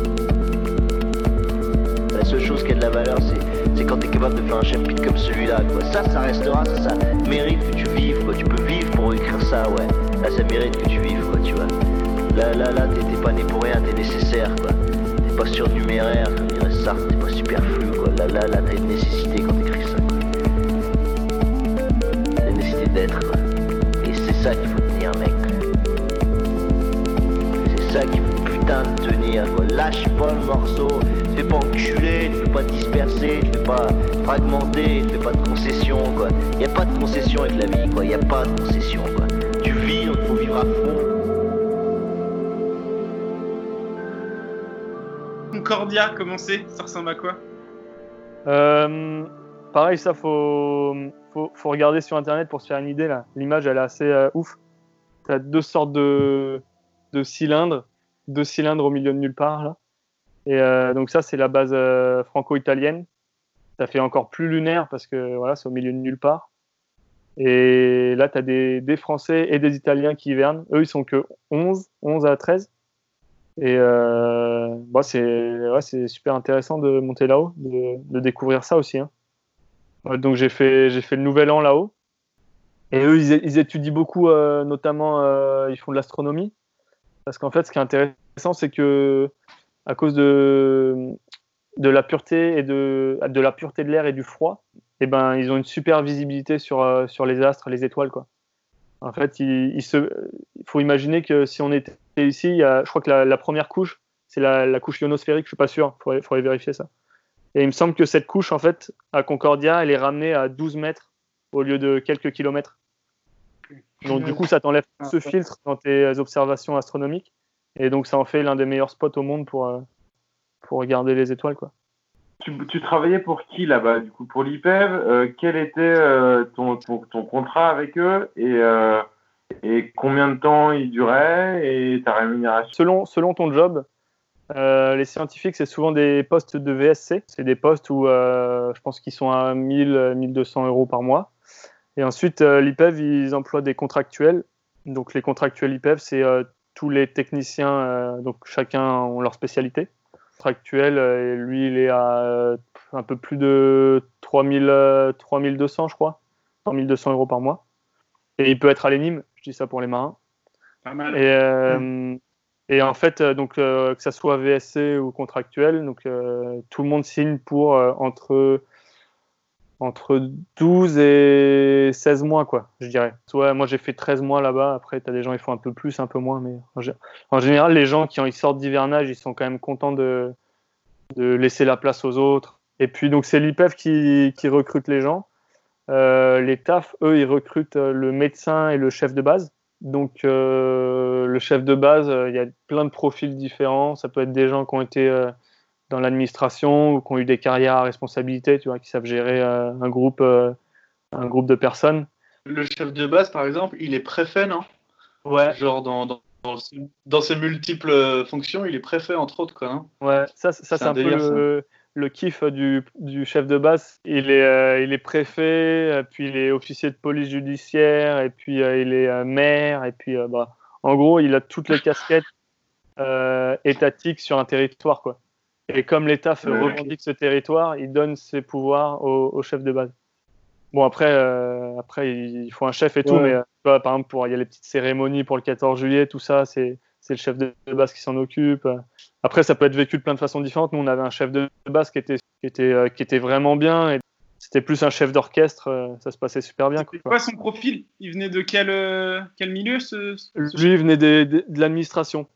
La seule chose qui a de la valeur, c'est quand t'es capable de faire un chapitre comme celui-là, quoi. Ça restera, ça mérite que tu vives, quoi. Tu peux vivre pour écrire ça, ouais. Là, ça mérite que tu vives, quoi, tu vois. Là, t'es pas né pour rien, t'es nécessaire, quoi. T'es pas surnuméraire, comme dirait Sartre, t'es pas superflu, quoi. Là, t'as une nécessité quand t'écris ça, quoi. T'as une nécessité d'être, quoi. Et c'est ça qu'il faut tenir, mec. C'est ça qu'il faut putain de tenir, quoi. Lâche pas le morceau. Tu fais pas enculer, tu fais pas disperser, tu fais pas fragmenter, tu fais pas de concession, quoi. Y a pas de concession avec la vie, quoi. Y a pas de concession, quoi. Tu vis, donc faut vivre à fond. Concordia, comment c'est? Ça ressemble à quoi? Pareil, ça faut regarder sur internet pour se faire une idée, là. L'image elle est assez ouf. T'as 2 sortes de cylindres, 2 cylindres au milieu de nulle part, là. Et donc ça c'est la base franco-italienne. Ça fait encore plus lunaire parce que voilà, c'est au milieu de nulle part. Et là t'as des Français et des Italiens qui hivernent. Eux ils sont que 11 à 13. Et c'est super intéressant de monter là-haut, de découvrir ça aussi. Hein. Donc j'ai fait le nouvel an là-haut. Et eux, ils étudient beaucoup, notamment, ils font de l'astronomie. Parce qu'en fait, ce qui est intéressant, c'est que à cause de la pureté et de la pureté de l'air et du froid, ils ont une super visibilité sur les astres, les étoiles, quoi. En fait, il faut imaginer que si on était ici, je crois que la première couche, c'est la couche ionosphérique, je suis pas sûr, faudrait vérifier ça. Et il me semble que cette couche, en fait, à Concordia, elle est ramenée à 12 mètres au lieu de quelques kilomètres. Donc du coup, ça t'enlève ce filtre dans tes observations astronomiques, et donc ça en fait l'un des meilleurs spots au monde pour regarder les étoiles, quoi. Tu travaillais pour qui là-bas, du coup, pour l'IPEV? Quel était ton contrat avec eux et combien de temps il durait et ta rémunération? Selon ton job, les scientifiques, c'est souvent des postes de VSC. C'est des postes où je pense qu'ils sont à 1 200 euros par mois. Et ensuite, l'IPEV, ils emploient des contractuels. Donc les contractuels IPEV, c'est tous les techniciens, donc chacun ont leur spécialité. Contractuel, lui, il est à un peu plus de 3200, je crois. 3200 euros par mois. Et il peut être à l'ENIM, je dis ça pour les marins. Pas mal. Et en fait, que ça soit VSC ou contractuel, donc tout le monde signe pour entre 12 et 16 mois, quoi, je dirais. Ouais, moi, j'ai fait 13 mois là-bas. Après, tu as des gens, ils font un peu plus, un peu moins. Mais en général, les gens qui ils sortent d'hivernage, ils sont quand même contents de laisser la place aux autres. Et puis, donc, c'est l'IPEV qui recrute les gens. Les TAF, eux, ils recrutent le médecin et le chef de base. Donc, le chef de base, il y a plein de profils différents. Ça peut être des gens qui ont été dans l'administration ou qui ont eu des carrières à responsabilité, tu vois, qui savent gérer un groupe de personnes. Le chef de base, par exemple, il est préfet, non? Ouais. Genre dans ses multiples fonctions, il est préfet, entre autres, quoi, non? Ouais, ça c'est un peu le kiff du chef de base. Il est préfet, puis il est officier de police judiciaire, et puis il est maire, et puis en gros, il a toutes les casquettes étatiques sur un territoire, quoi. Et comme l'État revendique ce territoire, il donne ses pouvoirs au chef de base. Bon, après, il faut un chef et tout, mais tu vois, par exemple, il y a les petites cérémonies pour le 14 juillet, tout ça, c'est le chef de base qui s'en occupe. Après, ça peut être vécu de plein de façons différentes. Nous, on avait un chef de base qui était vraiment bien, et c'était plus un chef d'orchestre, ça se passait super bien. C'est quoi son profil? Il venait de quel milieu Lui, il venait de l'administration.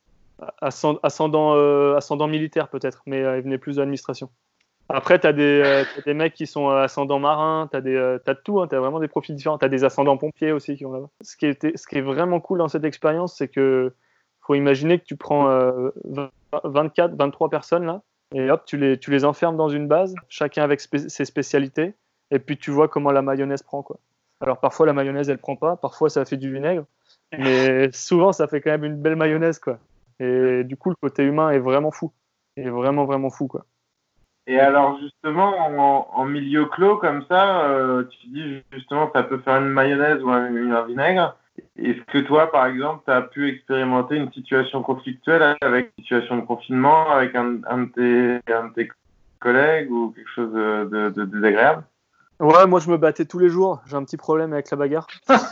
Ascendant militaire peut-être, mais il venait plus de l'administration. Après, t'as des mecs qui sont ascendants marins, t'as de tout, hein, t'as vraiment des profils différents. T'as des ascendants pompiers aussi qui vont là-bas. Ce qui est vraiment cool dans cette expérience, c'est que faut imaginer que tu prends 24, 23 personnes là, et hop, tu les enfermes dans une base, chacun avec ses spécialités, et puis tu vois comment la mayonnaise prend, quoi. Alors parfois la mayonnaise elle prend pas, parfois ça fait du vinaigre, mais souvent ça fait quand même une belle mayonnaise, quoi. Et du coup, le côté humain est vraiment fou. Il est vraiment, vraiment fou, quoi. Et alors, justement, en milieu clos, comme ça, tu dis, justement, ça peut faire une mayonnaise ou un vinaigre. Est-ce que toi, par exemple, tu as pu expérimenter une situation conflictuelle avec une situation de confinement, avec un de tes collègues ou quelque chose de désagréable? Ouais, moi, je me battais tous les jours. J'ai un petit problème avec la bagarre.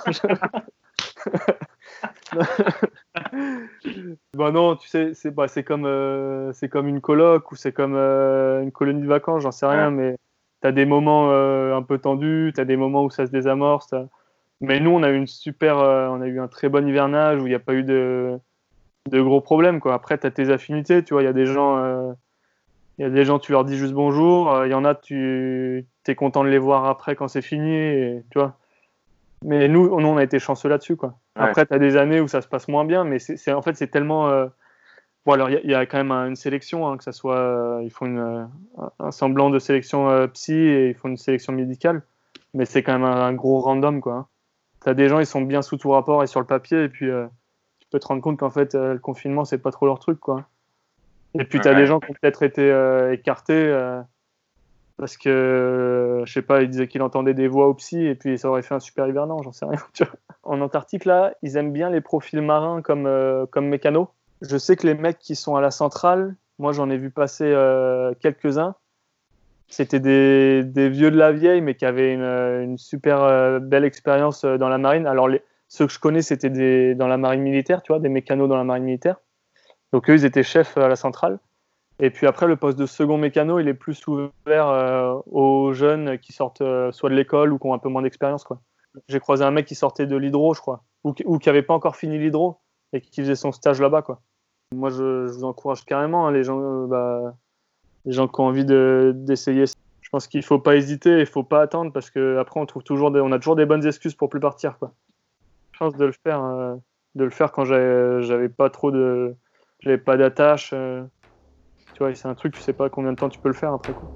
Bah non, tu sais, c'est comme une coloc ou c'est comme une colonie de vacances, j'en sais rien, mais t'as des moments un peu tendus, t'as des moments où ça se désamorce. Mais nous, on a eu un très bon hivernage où il n'y a pas eu de gros problèmes, quoi. Après, t'as tes affinités, tu vois, il y a des gens, tu leur dis juste bonjour, il y en a, t'es content de les voir après quand c'est fini, et, tu vois. Mais nous, on a été chanceux là-dessus, quoi. Ouais. Après, tu as des années où ça se passe moins bien, mais en fait, c'est tellement... Bon, alors, il y a quand même une sélection, hein, que ça soit... ils font un semblant de sélection psy et ils font une sélection médicale, mais c'est quand même un gros random, quoi. Hein. Tu as des gens, ils sont bien sous tout rapport et sur le papier, et puis tu peux te rendre compte qu'en fait, le confinement, c'est pas trop leur truc, quoi. Et puis, tu as des gens qui ont peut-être été écartés... parce que, je sais pas, il disait qu'il entendait des voix au psy et puis ça aurait fait un super hivernant, j'en sais rien. Tu vois. En Antarctique, là, ils aiment bien les profils marins comme mécano. je sais que les mecs qui sont à la centrale, moi j'en ai vu passer quelques-uns. C'était des vieux de la vieille, mais qui avaient une super belle expérience dans la marine. Alors ceux que je connais, c'était dans la marine militaire, tu vois, des mécanos dans la marine militaire. Donc eux, ils étaient chefs à la centrale. Et puis après, le poste de second mécano, il est plus ouvert aux jeunes qui sortent soit de l'école ou qui ont un peu moins d'expérience, quoi. J'ai croisé un mec qui sortait de l'hydro, je crois, ou qui n'avait pas encore fini l'hydro et qui faisait son stage là-bas, quoi. Moi, je vous encourage carrément, hein, les gens qui ont envie d'essayer. Je pense qu'il ne faut pas hésiter, il ne faut pas attendre, parce qu'après, on a toujours des bonnes excuses pour plus partir, quoi. Je pense de le faire quand j'avais pas d'attache. Tu vois, c'est un truc, tu sais pas combien de temps tu peux le faire après, quoi.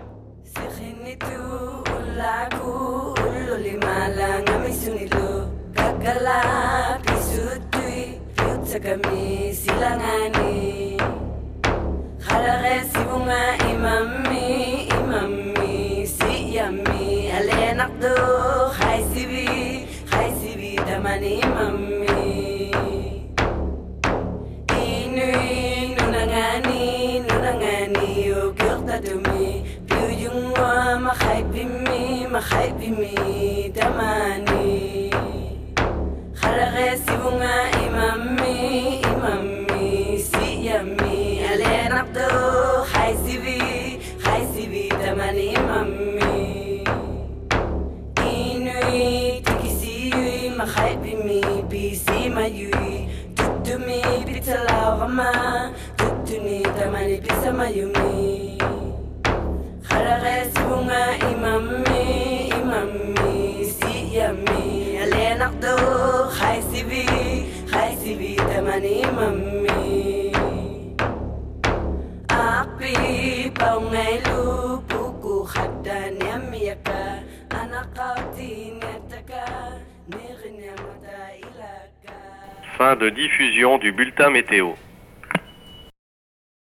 Mahaypimi damani Kharagesi bunga imami siyami alenabdo haysibi damani imami Inui tikisi mahaypimi bisi mayui tutumi bitalawama tutuni damani bisa mayumi Kharagesi bunga imami siyami alenabdo haysibi damani imami Api paungailu buku hadan yamiyaka anaqati netaka nirnyamata ilaka. Fin de diffusion du bulletin météo.